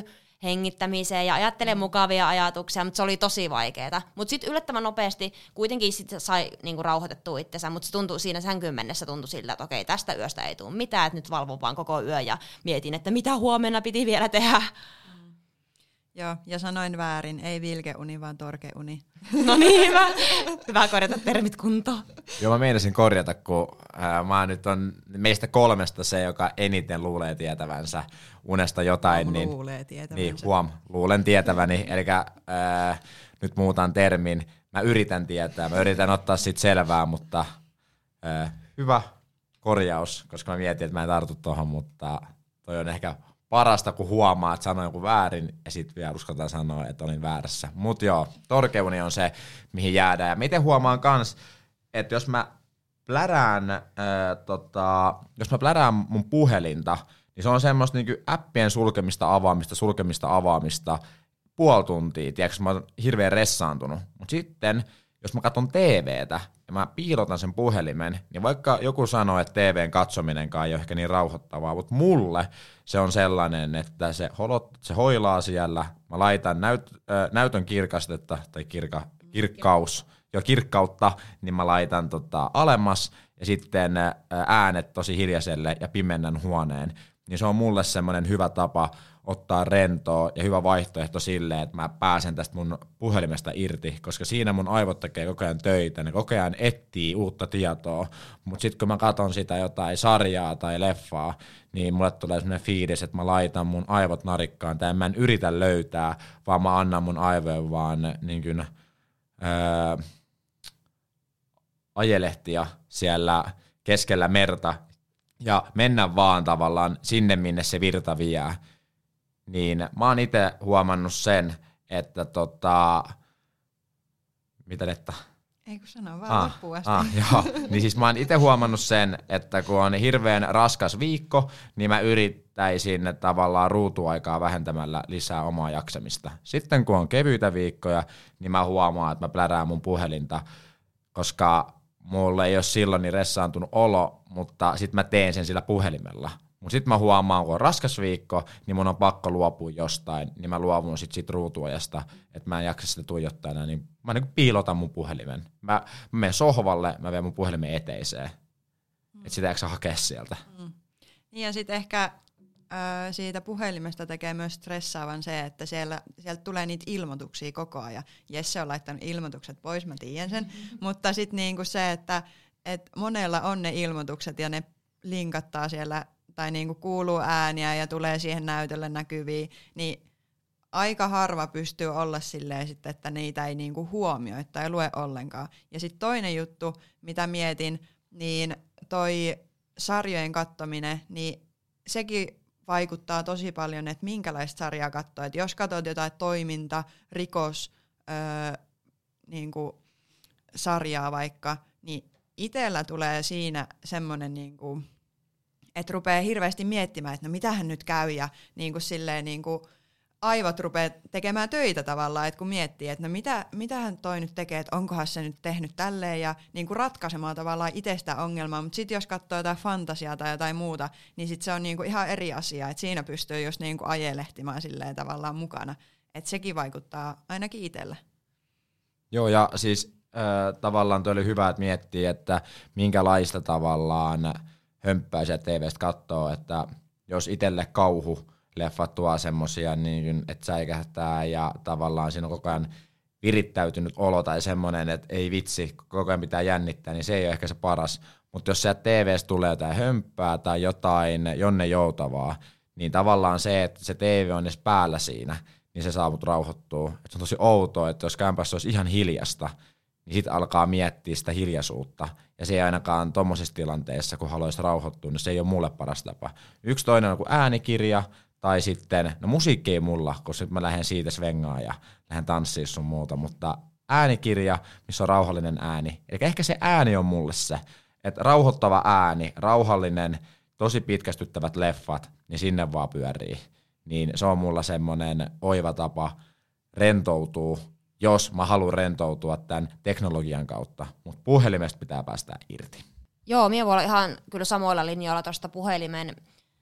hengittämiseen ja ajattelemaan mukavia ajatuksia, mutta se oli tosi vaikeaa. Mutta sitten yllättävän nopeasti kuitenkin sit sai niinku rauhoitettua itsensä, mutta se tuntui siinä sänkyyn mennessä tuntui siltä, että okei, tästä yöstä ei tule mitään, että nyt valvon vaan koko yö ja mietin, että mitä huomenna piti vielä tehdä. Mm. Joo, ja sanoin väärin, ei vilkeuni, vaan torkeuni. No niin, hyvä. Hyvä korjata termit kuntoon. Joo, mä meinasin korjata, kun ää, mä nyt on meistä kolmesta se, joka eniten luulee tietävänsä unesta jotain. Niin, luulee tietävänsä. Niin, huom, luulen tietäväni. Eli ää, nyt muutan termin. Mä yritän tietää, mä yritän ottaa siitä selvää, mutta ää, hyvä korjaus, koska mä mietin, että mä en tartu tuohon, mutta toi on ehkä parasta, kun huomaa, että sanoin joku väärin, ja sitten vielä uskotaan sanoa, että olin väärässä. Mutta joo, torkeuni on se, mihin jäädään. Ja miten huomaan kans, että jos mä plärään, äh, tota, jos mä plärään mun puhelinta, niin se on semmoista niinku appien sulkemista, avaamista, sulkemista, avaamista, puoli tuntia, tiedätkö, mä oon hirveän ressaantunut. Mutta sitten, jos mä katson T V:tä, ja mä piilotan sen puhelimen, niin vaikka joku sanoo, että T V:n katsominenkaan ei ole ehkä niin rauhoittavaa, mutta mulle se on sellainen, että se, holot, se hoilaa siellä, mä laitan näyt, äh, näytön kirkastetta, tai kirka, kirkkaus, jo kirkkautta, niin mä laitan tota, alemmas, ja sitten äh, äänet tosi hiljaiselle ja pimennän huoneen. Niin se on mulle semmoinen hyvä tapa ottaa rentoa ja hyvä vaihtoehto silleen, että mä pääsen tästä mun puhelimesta irti, koska siinä mun aivot tekee koko ajan töitä, ne koko ajan etsii uutta tietoa, mutta sitten kun mä katson sitä jotain sarjaa tai leffaa, niin mulle tulee semmoinen fiilis, että mä laitan mun aivot narikkaan, tai mä en yritä löytää, vaan mä annan mun aivojen vaan niin kuin, öö, ajelehtia siellä keskellä merta ja mennä vaan tavallaan sinne, minne se virta vie. Niin mä oon itse huomannut sen, että tota, mitä Netta? Ei kun sano vaan ah, loppuun asti. Ah, joo. Niin siis mä oon itse huomannut sen, että kun on hirveän raskas viikko, niin mä yrittäisin tavallaan ruutuaikaa vähentämällä lisää omaa jaksamista. Sitten kun on kevyitä viikkoja, niin mä huomaan, että mä plärään mun puhelinta, koska mulle ei ole silloin niin ressaantunut olo, mutta sit mä teen sen sillä puhelimella. Mutta sitten mä huomaan, kun on raskas viikko, niin mun on pakko luopua jostain, niin mä luovun sit siitä ruutuajasta, että mä en jaksa sitä tuijottaa enää, niin mä niin piilotan mun puhelimen. Mä, mä menen sohvalle, mä vien mun puhelimen eteiseen, mm. että sitä ei jaksa hakea sieltä. Mm. Niin ja sitten ehkä ö, siitä puhelimesta tekee myös stressaavan se, että siellä, sieltä tulee niitä ilmoituksia koko ajan. Jesse on laittanut ilmoitukset pois, mä tiedän sen, mm-hmm. mutta sitten niinku se, että et monella on ne ilmoitukset ja ne linkattaa siellä, tai niinku kuuluu ääniä ja tulee siihen näytölle näkyviin, niin aika harva pystyy olla silleen sitten, että niitä ei niinku huomioi tai lue ollenkaan. Ja sitten toinen juttu, mitä mietin, niin toi sarjojen kattominen, niin sekin vaikuttaa tosi paljon, että minkälaista sarjaa katsoo. Et jos katsot jotain toiminta, rikos, öö, niinku sarjaa vaikka, niin itsellä tulee siinä semmoinen niinku, että rupeaa hirveästi miettimään, että no mitähän nyt käy, ja niin kuin silleen niin kuin aivot rupeaa tekemään töitä tavallaan, että kun miettii, että no mitä, mitähän toi nyt tekee, että onkohan se nyt tehnyt tälleen, ja niin kuin ratkaisemaan tavallaan itsestä ongelmaa, mutta sitten jos katsoo jotain fantasiaa tai jotain muuta, niin sitten se on niin kuin ihan eri asia, että siinä pystyy just niin kuin ajelehtimaan silleen tavallaan mukana, että sekin vaikuttaa ainakin itsellä. Joo, ja siis äh, tavallaan toi oli hyvä, että miettii, että minkälaista tavallaan hömppäisiä T V:stä katsoo, että jos itselle kauhuleffat tuo semmosia, niin että säikähtää ja tavallaan siinä on koko ajan virittäytynyt olo tai semmoinen, että ei vitsi, koko ajan pitää jännittää, niin se ei ole ehkä se paras. Mutta jos sieltä T V:stä tulee jotain hömppää tai jotain jonne joutavaa, niin tavallaan se, että se T V on edes päällä siinä, niin se saa mut rauhoittua. Et se on tosi outoa, että jos kämpässä olisi ihan hiljasta, niin sitten alkaa miettiä sitä hiljaisuutta. Ja se ei ainakaan tommosissa tilanteissa, kun haluaisi rauhoittua, niin se ei ole mulle paras tapa. Yksi toinen on kuin äänikirja, tai sitten, no musiikki ei mulla, koska mä lähden siitä svengaan ja lähden tanssiin sun muuta, mutta äänikirja, missä on rauhallinen ääni. Eli ehkä se ääni on mulle se, että rauhoittava ääni, rauhallinen, tosi pitkästyttävät leffat, niin sinne vaan pyörii. Niin se on mulla semmoinen oiva tapa rentoutua, jos mä haluan rentoutua tämän teknologian kautta, mutta puhelimesta pitää päästä irti. Joo, minä voi olla ihan kyllä samoilla linjoilla tuosta puhelimen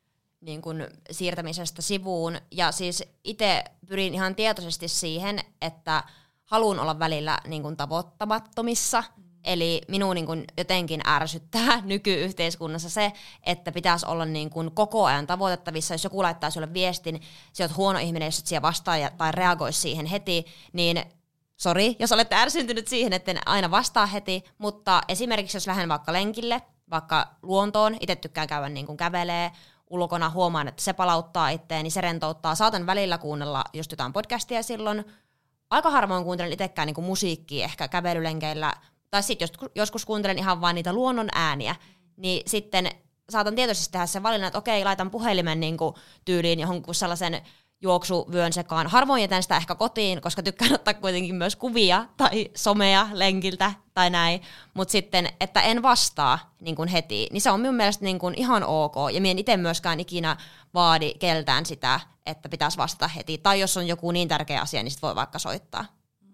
niin kuin siirtämisestä sivuun. Ja siis itse pyrin ihan tietoisesti siihen, että haluan olla välillä niin kuin tavoittamattomissa. Mm. Eli minun niin kuin jotenkin ärsyttää nykyyhteiskunnassa se, että pitäisi olla niin kuin koko ajan tavoitettavissa. Jos joku laittaa sulle viestin, sä oot huono ihminen, jos et siellä vastaa tai reagoi siihen heti, niin sori, jos olette ärsyntynyt siihen, etten aina vastaa heti, mutta esimerkiksi jos lähden vaikka lenkille, vaikka luontoon, itse tykkään käydä niin kuin kävelee ulkona, huomaan, että se palauttaa itteen, niin se rentouttaa. Saatan välillä kuunnella just jotain podcastia silloin. Aika harvoin kuuntelen itsekään niin kuin musiikkia ehkä kävelylenkeillä, tai sitten joskus kuuntelen ihan vain niitä luonnon ääniä, niin sitten saatan tietoisesti tehdä sen valinnan, että okei, laitan puhelimen niin kuin tyyliin johonkin sellaisen juoksuvyön sekaan. Harvoin jätän sitä ehkä kotiin, koska tykkään ottaa kuitenkin myös kuvia tai somea lenkiltä tai näin, mutta sitten, että en vastaa niin kuin heti, niin se on minun mielestä niin kuin ihan ok, ja minä en itse myöskään ikinä vaadi keltään sitä, että pitäisi vastata heti, tai jos on joku niin tärkeä asia, niin sitten voi vaikka soittaa.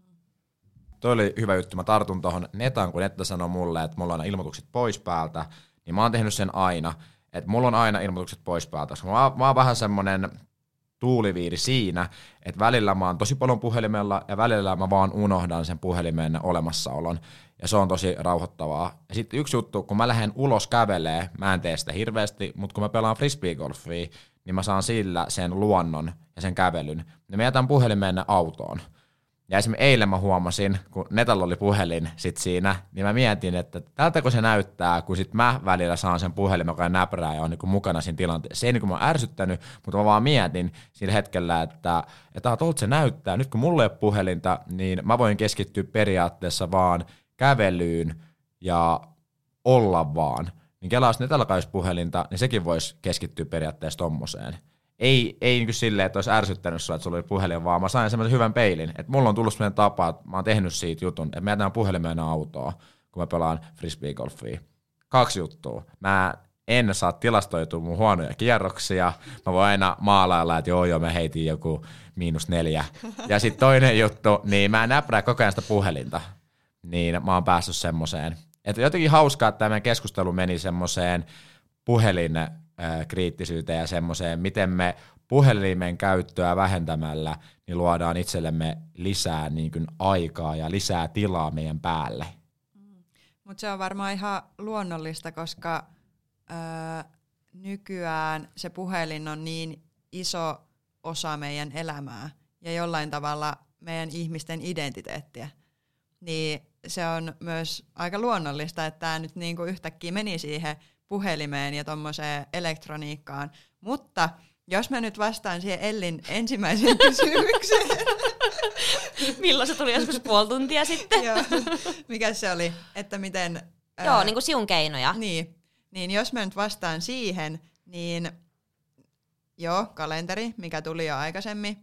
Toi oli hyvä juttu. Mä tartun tuohon Netaan, kun Netta sanoi mulle, että mulla on aina ilmoitukset pois päältä, niin mä oon tehnyt sen aina, että mulla on aina ilmoitukset pois päältä, koska mä, mä oon vähän semmonen tuuliviiri siinä, että välillä mä oon tosi paljon puhelimella ja välillä mä vaan unohdan sen puhelimen olemassaolon, ja se on tosi rauhoittavaa. Ja sitten yksi juttu, kun mä lähden ulos kävelee, mä en tee sitä hirveästi, mutta kun mä pelaan frisbeegolfia, niin mä saan sillä sen luonnon ja sen kävelyn, niin mä jätän puhelimen autoon. Ja esimerkiksi eilen mä huomasin, kun Netalla oli puhelin sit siinä, niin mä mietin, että tältäkö se näyttää, kun sit mä välillä saan sen puhelimen, joka näprää ja on niin mukana siinä tilanteessa. Se ei niin kuin mä oon ärsyttänyt, mutta mä vaan mietin sillä hetkellä, että, että tuolta se näyttää. Nyt kun mulla ei ole puhelinta, niin mä voin keskittyä periaatteessa vaan kävelyyn ja olla vaan. Niin kelaa, jos Netalla olisi puhelinta, niin sekin voisi keskittyä periaatteessa tommoseen. Ei, ei niin silleen, että olisi ärsyttänyt sua, että sulla oli puhelin, vaan mä sain semmoisen hyvän peilin. Että mulla on tullut semmoinen tapa, että mä oon tehnyt siitä jutun, että mä jätän puhelimeen autoa, kun mä pelaan frisbeegolfia. Kaksi juttua. Mä en saa tilastoitua mun huonoja kierroksia. Mä voin aina maalailla, että joo joo, mä heitin joku miinus neljä. Ja sitten toinen juttu, niin mä näprää koko ajan sitä puhelinta. Niin mä oon päässyt semmoiseen. Että jotenkin hauskaa, että tämä keskustelu meni semmoiseen puhelin kriittisyyteen ja semmoiseen, miten me puhelimen käyttöä vähentämällä niin luodaan itsellemme lisää niin kuin aikaa ja lisää tilaa meidän päälle. Mm. Mutta se on varmaan ihan luonnollista, koska öö, nykyään se puhelin on niin iso osa meidän elämää ja jollain tavalla meidän ihmisten identiteettiä. Niin se on myös aika luonnollista, että tämä nyt niinku yhtäkkiä meni siihen puhelimeen ja tommoseen elektroniikkaan. Mutta jos mä nyt vastaan siihen Ellin ensimmäiseen kysymykseen. Milloin se tuli joskus puoli tuntia sitten? Joo. Mikä se oli? Että miten... Joo, ää, niin kuin siun keinoja. Niin. Niin jos mä nyt vastaan siihen, niin joo, kalenteri, mikä tuli jo aikaisemmin.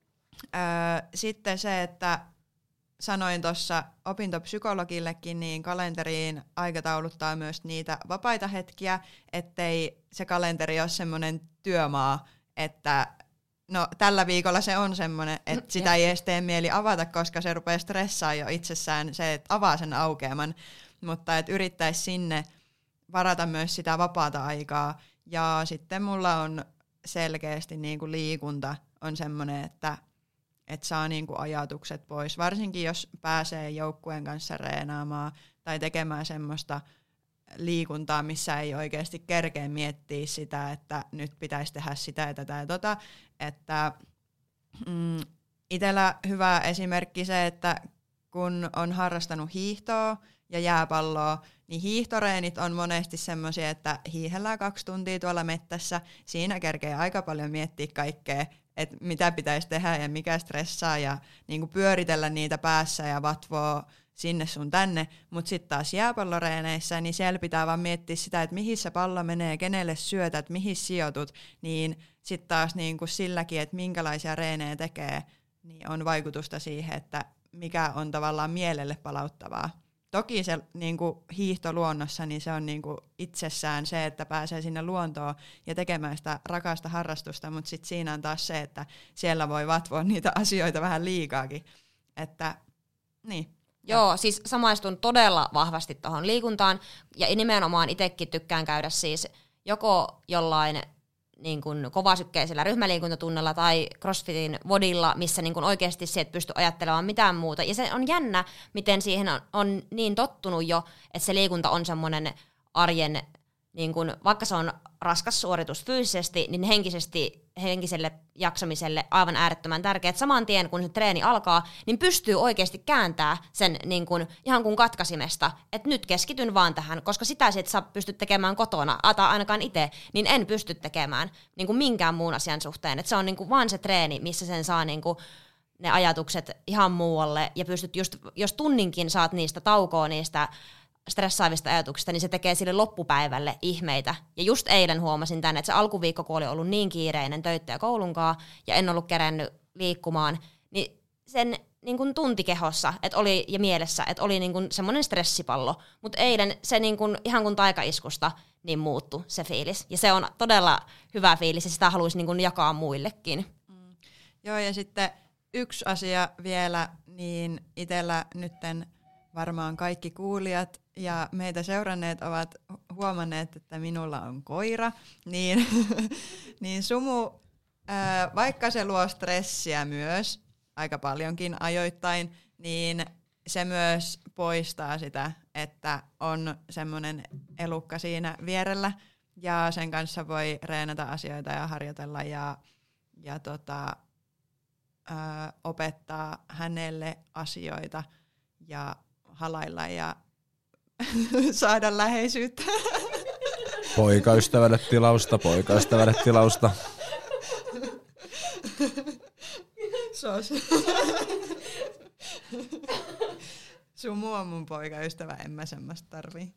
Ää, sitten se, että sanoin tuossa opintopsykologillekin, niin kalenteriin aikatauluttaa myös niitä vapaita hetkiä, ettei se kalenteri ole semmoinen työmaa, että no tällä viikolla se on semmoinen, että sitä ei edes tee mieli avata, koska se rupeaa stressaa jo itsessään se, että avaa sen aukeaman, mutta että yrittäisi sinne varata myös sitä vapaata aikaa. Ja sitten mulla on selkeästi niin kuin liikunta on semmoinen, että että saa niinku ajatukset pois, varsinkin jos pääsee joukkueen kanssa reenaamaan tai tekemään semmoista liikuntaa, missä ei oikeasti kerkeä miettiä sitä, että nyt pitäisi tehdä sitä ja tätä ja tota. Että, mm, itsellä hyvä esimerkki se, että kun on harrastanut hiihtoa ja jääpalloa, niin hiihtoreenit on monesti semmoisia, että hiihellään kaksi tuntia tuolla mettässä, siinä kerkee aika paljon miettiä kaikkea, että mitä pitäisi tehdä ja mikä stressaa ja niinku pyöritellä niitä päässä ja vatvoa sinne sun tänne, mutta sitten taas jääpalloreeneissä, niin siellä pitää vaan miettiä sitä, että mihin se pallo menee, kenelle syötät, mihin sijoitut, niin sitten taas niinku silläkin, että minkälaisia reenejä tekee, niin on vaikutusta siihen, että mikä on tavallaan mielelle palauttavaa. Toki se niinku hiihto luonnossa, niin se on niinku itsessään se, että pääsee sinne luontoon ja tekemään sitä rakasta harrastusta, mutta sitten siinä on taas se, että siellä voi vatvoa niitä asioita vähän liikaakin. Että, niin. Joo, siis samaistun todella vahvasti tuohon liikuntaan ja nimenomaan itsekin tykkään käydä siis joko jollain niin kuin kovasykkeisellä ryhmäliikuntatunnella tai CrossFitin vodilla, missä niin kuin oikeasti se et pysty ajattelemaan mitään muuta. Ja se on jännä, miten siihen on, on niin tottunut jo, että se liikunta on semmoinen arjen, niin kuin, vaikka se on raskas suoritus fyysisesti, niin henkisesti, henkiselle jaksamiselle aivan äärettömän tärkeää. Saman tien, kun se treeni alkaa, niin pystyy oikeasti kääntämään sen niin kuin, ihan kuin katkaisimesta, että nyt keskityn vaan tähän, koska sitä sit sä pystyt tekemään kotona, tai ainakaan itse, niin en pysty tekemään niin kuin minkään muun asian suhteen. Et se on niin kuin vaan se treeni, missä sen saa niin kuin ne ajatukset ihan muualle, ja pystyt just, jos tunninkin saat niistä taukoa niistä stressaavista ajatuksista, niin se tekee sille loppupäivälle ihmeitä. Ja just eilen huomasin tänne, että se alkuviikko, kun oli ollut niin kiireinen töitä ja koulunkaan, ja en ollut kerännyt liikkumaan, niin sen niin kuin tuntikehossa et oli, ja mielessä, että oli niin kuin semmoinen stressipallo. Mutta eilen se niin kuin, ihan kuin taikaiskusta niin muuttui se fiilis. Ja se on todella hyvä fiilis, ja sitä haluaisi niin kuin jakaa muillekin. Mm. Joo, ja sitten yksi asia vielä, niin itsellä nytten varmaan kaikki kuulijat ja meitä seuranneet ovat huomanneet, että minulla on koira, niin, niin Sumu, ää, vaikka se luo stressiä myös aika paljonkin ajoittain, niin se myös poistaa sitä, että on semmoinen elukka siinä vierellä ja sen kanssa voi reenata asioita ja harjoitella ja, ja tota, ää, opettaa hänelle asioita ja halailla ja saada läheisyyttä. Poikaystävälle tilausta, poikaystävälle tilausta. Sos. Sumu on mun poikaystävä, en mä semmoista tarvii.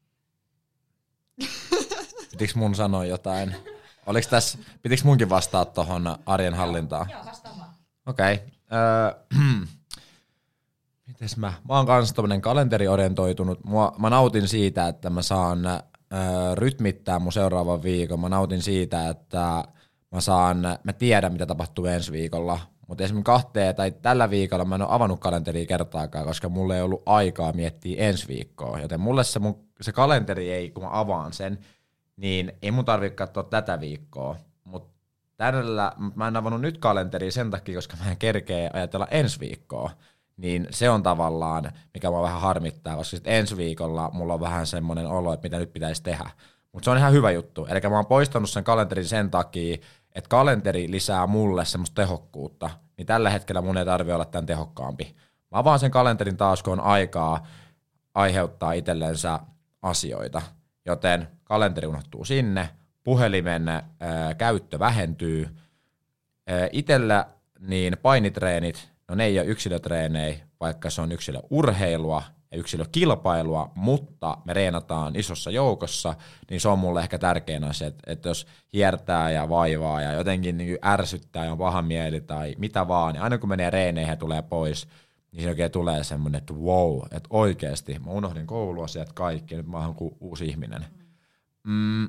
Pitikö mun sanoa jotain? Oliko tässä, pitikö munkin vastaa tohon arjen hallintaan? Joo, vastaan vaan. Okei. Okay. Öö, mites mä? Mä oon kans tommonen kalenteriorientoitunut. Mua, mä nautin siitä, että mä saan öö, rytmittää mun seuraavan viikon. Mä nautin siitä, että mä saan, mä tiedän mitä tapahtuu ensi viikolla. Mutta esimerkiksi kahteen tai tällä viikolla mä en ole avannut kalenteria kertaakaan, koska mulla ei ollut aikaa miettiä ensi viikkoa. Joten mulle se, mun, se kalenteri ei, kun mä avaan sen, niin ei mun tarvitse katsoa tätä viikkoa. Mutta tällä, mä en avannut nyt kalenteria sen takia, koska mä en kerkeä ajatella ensi viikkoa. Niin se on tavallaan, mikä mua vähän harmittaa, koska sit ensi viikolla mulla on vähän semmoinen olo, että mitä nyt pitäisi tehdä. Mutta se on ihan hyvä juttu. Eli mä oon poistanut sen kalenterin sen takia, että kalenteri lisää mulle semmoista tehokkuutta, niin tällä hetkellä mun ei tarvitse olla tämän tehokkaampi. Mä avaan sen kalenterin taas, kun on aikaa aiheuttaa itsellensä asioita, joten kalenteri unohtuu sinne, puhelimen ää, käyttö vähentyy. Ää, itellä niin painitreenit, no ne ei ole yksilötreenejä, vaikka se on yksilöurheilua ja yksilökilpailua, mutta me reenataan isossa joukossa, niin se on mulle ehkä tärkein asia, että, että jos hiertää ja vaivaa ja jotenkin niin ärsyttää ja on paha mieli tai mitä vaan, niin aina kun menee reeneihin ja tulee pois, niin se oikein tulee semmoinen, että wow, että oikeasti mä unohdin kouluasiat kaikki, nyt mä oon kuin uusi ihminen. Mm.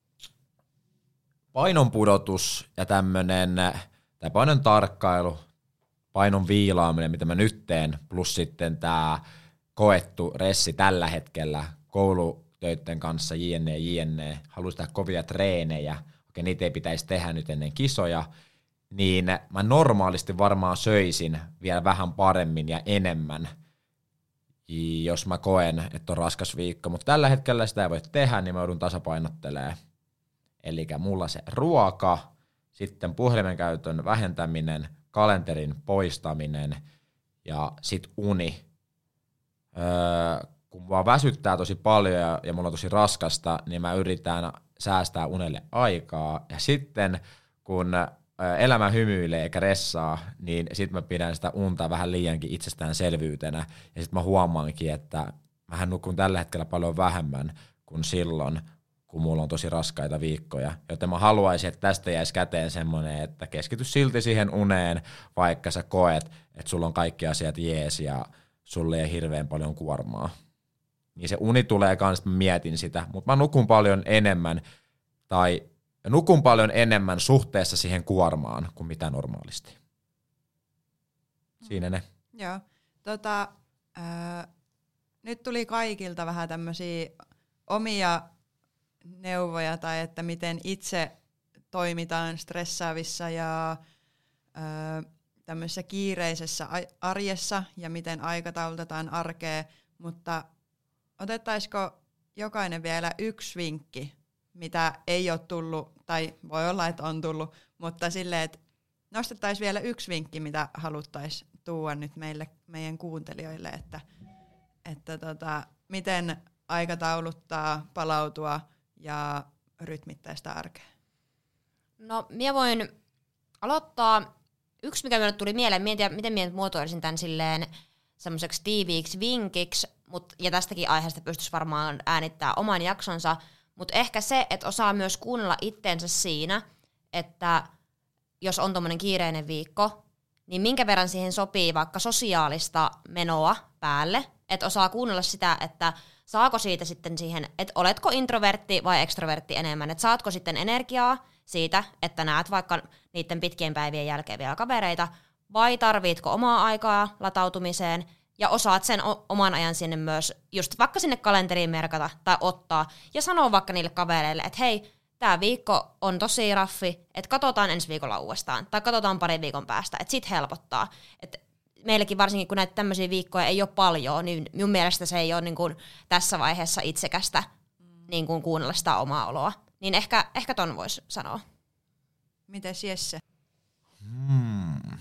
Painon pudotus ja tämmönen, tai painon tarkkailu, painon viilaaminen, mitä mä nyt teen, plus sitten tää koettu ressi tällä hetkellä koulutöiden kanssa, jne, jne, haluaisin tehdä kovia treenejä, okei, niitä ei pitäisi tehdä nyt ennen kisoja, niin mä normaalisti varmaan söisin vielä vähän paremmin ja enemmän, jos mä koen, että on raskas viikko, mutta tällä hetkellä sitä ei voi tehdä, niin mä joudun tasapainottelemaan. Eli mulla se ruoka, sitten puhelimen käytön vähentäminen, kalenterin poistaminen ja sit uni. Öö, kun mua väsyttää tosi paljon ja, ja mulla on tosi raskasta, niin mä yritän säästää unelle aikaa. Ja sitten kun elämä hymyilee eikä ressaa, niin sit mä pidän sitä unta vähän liiankin itsestäänselvyytenä. Ja sit mä huomaankin, että mähän nukun tällä hetkellä paljon vähemmän kuin silloin, kun mulla on tosi raskaita viikkoja. Joten mä haluaisin, että tästä jäisi käteen semmoinen, että keskity silti siihen uneen, vaikka sä koet, että sulla on kaikki asiat jees ja sulle ei hirveän paljon kuormaa. Niin se uni tulee kans, mä mietin sitä, mutta mä nukun paljon enemmän, tai nukun paljon enemmän suhteessa siihen kuormaan kuin mitä normaalisti. Siinä ne. Joo. Tota, äh, nyt tuli kaikilta vähän tämmöisiä omia neuvoja, tai että miten itse toimitaan stressaavissa ja ö, tämmöisessä kiireisessä arjessa ja miten aikataulutetaan arkea, mutta otettaisiko jokainen vielä yksi vinkki, mitä ei ole tullut, tai voi olla, että on tullut, mutta silleen, että nostettaisiin vielä yksi vinkki, mitä haluttaisiin tuoda nyt meille, meidän kuuntelijoille, että, että tota, miten aikatauluttaa, palautua ja rytmittää sitä arkea. No, minä voin aloittaa. Yksi, mikä minulle tuli mieleen, en tiedä, miten minä muotoilisin tämän silleen semmoiseksi tiiviiksi vinkiksi, mut, ja tästäkin aiheesta pystyisi varmaan äänittämään oman jaksonsa, mutta ehkä se, että osaa myös kuunnella itteensä siinä, että jos on tommonen kiireinen viikko, niin minkä verran siihen sopii vaikka sosiaalista menoa päälle, että osaa kuunnella sitä, että saako siitä sitten siihen, että oletko introvertti vai extrovertti enemmän, että saatko sitten energiaa siitä, että näet vaikka niiden pitkien päivien jälkeen vielä kavereita, vai tarvitko omaa aikaa latautumiseen, ja osaat sen o- oman ajan sinne myös, just vaikka sinne kalenteriin merkata tai ottaa, ja sanoa vaikka niille kavereille, että hei, tämä viikko on tosi raffi, että katsotaan ensi viikolla uudestaan, tai katsotaan parin viikon päästä, että sit helpottaa. Et meilläkin varsinkin, kun näitä tämmöisiä viikkoja ei ole paljon, niin minun mielestä se ei ole niin kuin tässä vaiheessa itsekästä niin kuin kuunnella sitä omaa oloa. Niin ehkä, ehkä ton voisi sanoa. Mites Jesse? Hmm.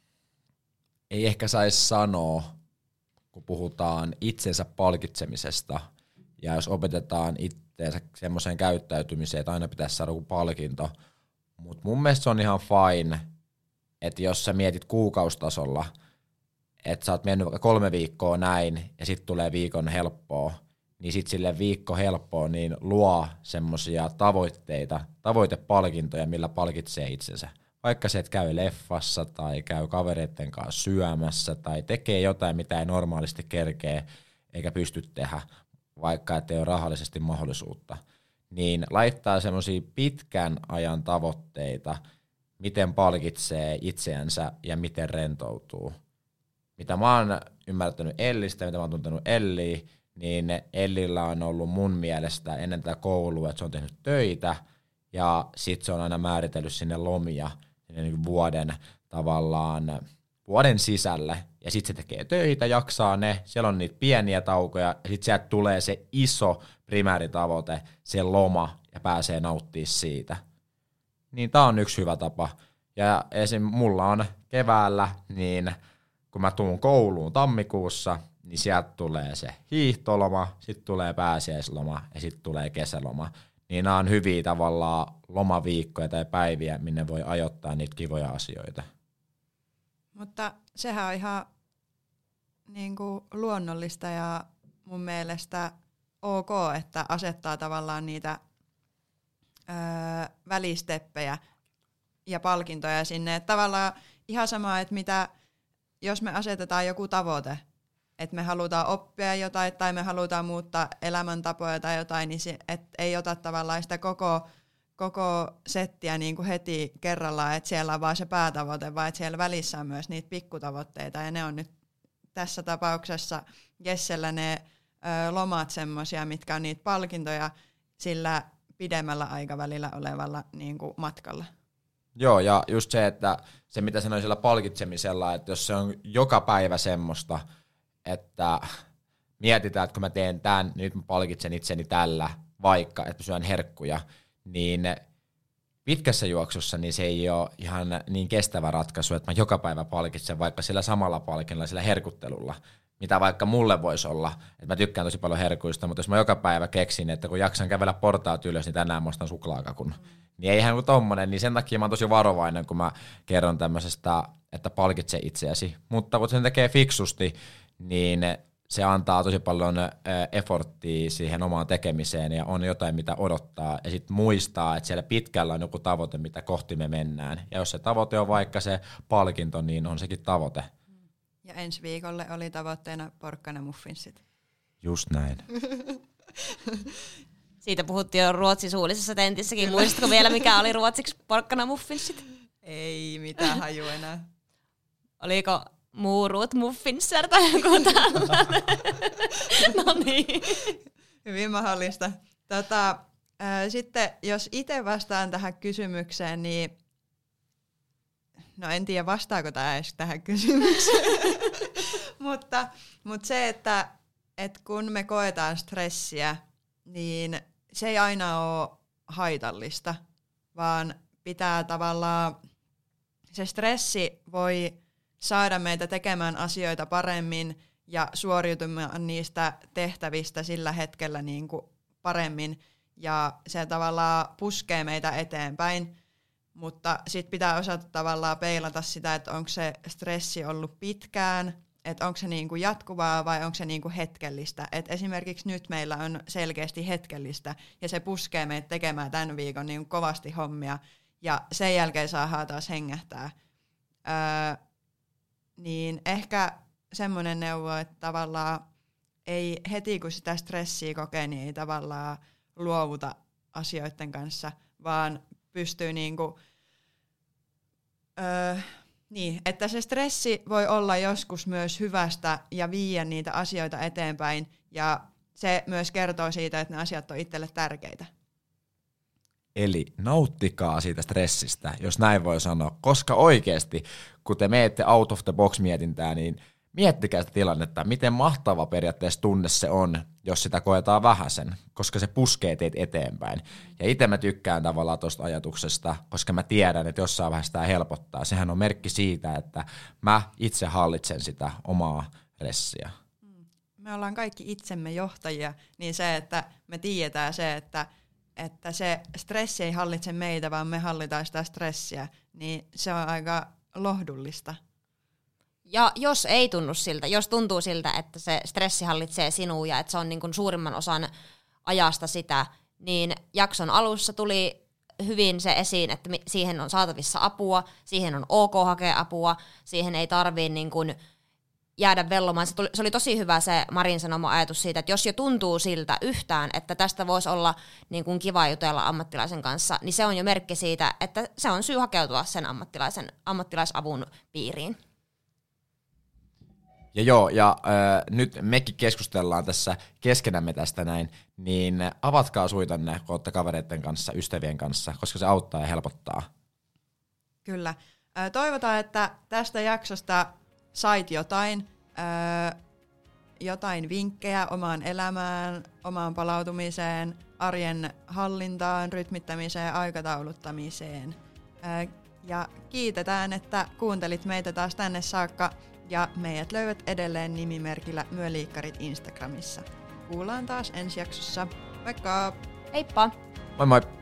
Ei ehkä saisi sanoa, kun puhutaan itsensä palkitsemisesta, ja jos opetetaan itseensä semmoiseen käyttäytymiseen, että aina pitäisi saada joku palkinto. Mutta mun mielestä se on ihan fine, että jos sä mietit kuukausitasolla, että sä oot mennyt vaikka kolme viikkoa näin, ja sitten tulee viikon helppoa, niin sitten sille viikko helppoa, niin luo semmoisia tavoitteita, tavoitepalkintoja, millä palkitsee itsensä. Vaikka se, että käy leffassa tai käy kavereiden kanssa syömässä tai tekee jotain, mitä ei normaalisti kerkee eikä pysty tehdä, vaikka ettei ole rahallisesti mahdollisuutta, niin laittaa semmoisia pitkän ajan tavoitteita, miten palkitsee itseänsä ja miten rentoutuu. Mitä mä oon ymmärtänyt Ellistä, mitä mä oon tuntenut Elliä, niin Ellillä on ollut mun mielestä ennen tätä koulua, että se on tehnyt töitä ja sit se on aina määritellyt sinne lomia sinne niin vuoden tavallaan vuoden sisälle ja sit se tekee töitä, jaksaa ne, siellä on niitä pieniä taukoja ja sit sieltä tulee se iso primääritavoite, se loma ja pääsee nauttimaan siitä. Niin tää on yksi hyvä tapa. Ja esim. Mulla on keväällä, niin kun mä tuun kouluun tammikuussa, niin sieltä tulee se hiihtoloma, sitten tulee pääsiäisloma ja sitten tulee kesäloma. Niin nämä on hyviä tavallaan lomaviikkoja tai päiviä, minne voi ajoittaa niitä kivoja asioita. Mutta sehän on ihan niin kuin luonnollista ja mun mielestä ok, että asettaa tavallaan niitä öö, välisteppejä ja palkintoja sinne. Että tavallaan ihan sama, että mitä, jos me asetetaan joku tavoite, että me halutaan oppia jotain tai me halutaan muuttaa elämäntapoja tai jotain, niin se, et ei ota tavallaan sitä koko, koko settiä niin kuin heti kerrallaan, että siellä on vaan se päätavoite, vaan että siellä välissä on myös niitä pikkutavoitteita ja ne on nyt tässä tapauksessa Jessellä ne ö, lomat semmoisia, mitkä on niitä palkintoja sillä pidemmällä aikavälillä olevalla niin kuin matkalla. Joo, ja just se, että se mitä sanoin sillä palkitsemisella, että jos se on joka päivä semmoista, että mietitään, että kun mä teen tämän, niin nyt mä palkitsen itseni tällä, vaikka että mä syön herkkuja, niin pitkässä juoksussa niin se ei ole ihan niin kestävä ratkaisu, että mä joka päivä palkitsen vaikka sillä samalla palkinnalla, sillä herkuttelulla, mitä vaikka mulle voisi olla, että mä tykkään tosi paljon herkuista, mutta jos mä joka päivä keksin, että kun jaksan kävellä portaat ylös, niin tänään mä ostan suklaakakun. Mm. Niin ei ihan kuin tommonen, niin sen takia mä oon tosi varovainen, kun mä kerron tämmöisestä, että palkitse itseäsi. Mutta kun sen tekee fiksusti, niin se antaa tosi paljon efforttia siihen omaan tekemiseen ja on jotain, mitä odottaa. Ja sitten muistaa, että siellä pitkällä on joku tavoite, mitä kohti me mennään. Ja jos se tavoite on vaikka se palkinto, niin on sekin tavoite. Ja ensi viikolle oli tavoitteena porkkanamuffinsit. Just näin. Siitä puhuttiin jo ruotsisuullisessa tentissäkin. Muistatko vielä, mikä oli ruotsiksi porkkanamuffinsit? Ei mitään haju enää. Oliko muurut muffinser tai joku tällainen? No niin. Hyvin mahdollista. Tota, Sitten jos itse vastaan tähän kysymykseen, niin no en tiedä vastaako tämä edes tähän kysymykseen, mutta, mutta se, että, että kun me koetaan stressiä, niin se ei aina ole haitallista, vaan pitää tavallaan, se stressi voi saada meitä tekemään asioita paremmin ja suoriutumaan niistä tehtävistä sillä hetkellä niin kuin paremmin, ja se tavallaan puskee meitä eteenpäin, mutta sitten pitää osata tavallaan peilata sitä, että onko se stressi ollut pitkään, että onko se niinku jatkuvaa vai onko se niinku hetkellistä. Et esimerkiksi nyt meillä on selkeästi hetkellistä ja se puskee meitä tekemään tämän viikon niinku kovasti hommia ja sen jälkeen saadaan taas hengähtää. Öö, niin ehkä semmoinen neuvo, että tavallaan ei heti kun sitä stressiä kokee, niin ei tavallaan luovuta asioiden kanssa, vaan pystyy niinku, öö, niin, että se stressi voi olla joskus myös hyvästä ja viiä niitä asioita eteenpäin, ja se myös kertoo siitä, että ne asiat on itselle tärkeitä. Eli nauttikaa siitä stressistä, jos näin voi sanoa, koska oikeasti, kun te menette out of the box mietintää, niin miettikää sitä tilannetta, miten mahtava periaatteessa tunne se on, jos sitä koetaan vähäsen, koska se puskee teitä eteenpäin. Ja itse mä tykkään tavallaan tuosta ajatuksesta, koska mä tiedän, että jossain vaiheessa tämä helpottaa. Sehän on merkki siitä, että mä itse hallitsen sitä omaa stressiä. Me ollaan kaikki itsemme johtajia, niin se, että me tiedetään se, että, että se stressi ei hallitse meitä, vaan me hallitaan sitä stressiä, niin se on aika lohdullista. Ja jos ei tunnu siltä, jos tuntuu siltä, että se stressi hallitsee sinua ja että se on niin kuin suurimman osan ajasta sitä, niin jakson alussa tuli hyvin se esiin, että siihen on saatavissa apua, siihen on ok hakea apua, siihen ei tarvitse niin kuin jäädä vellomaan. Se, tuli, se oli tosi hyvä se Marin sanoma ajatus siitä, että jos jo tuntuu siltä yhtään, että tästä voisi olla niin kuin kiva jutella ammattilaisen kanssa, niin se on jo merkki siitä, että se on syy hakeutua sen ammattilaisen, ammattilaisavun piiriin. Ja joo, ja äh, nyt mekin keskustellaan tässä keskenämme tästä näin, niin avatkaa suitanne, kun olette kavereiden kanssa, ystävien kanssa, koska se auttaa ja helpottaa. Kyllä. Toivotaan, että tästä jaksosta sait jotain, äh, jotain vinkkejä omaan elämään, omaan palautumiseen, arjen hallintaan, rytmittämiseen, aikatauluttamiseen. Äh, ja kiitetään, että kuuntelit meitä taas tänne saakka. Ja meidät löydät edelleen nimimerkillä Myöliikkarit Instagramissa. Kuullaan taas ensi jaksossa. Moikka! Heippa! Moi moi!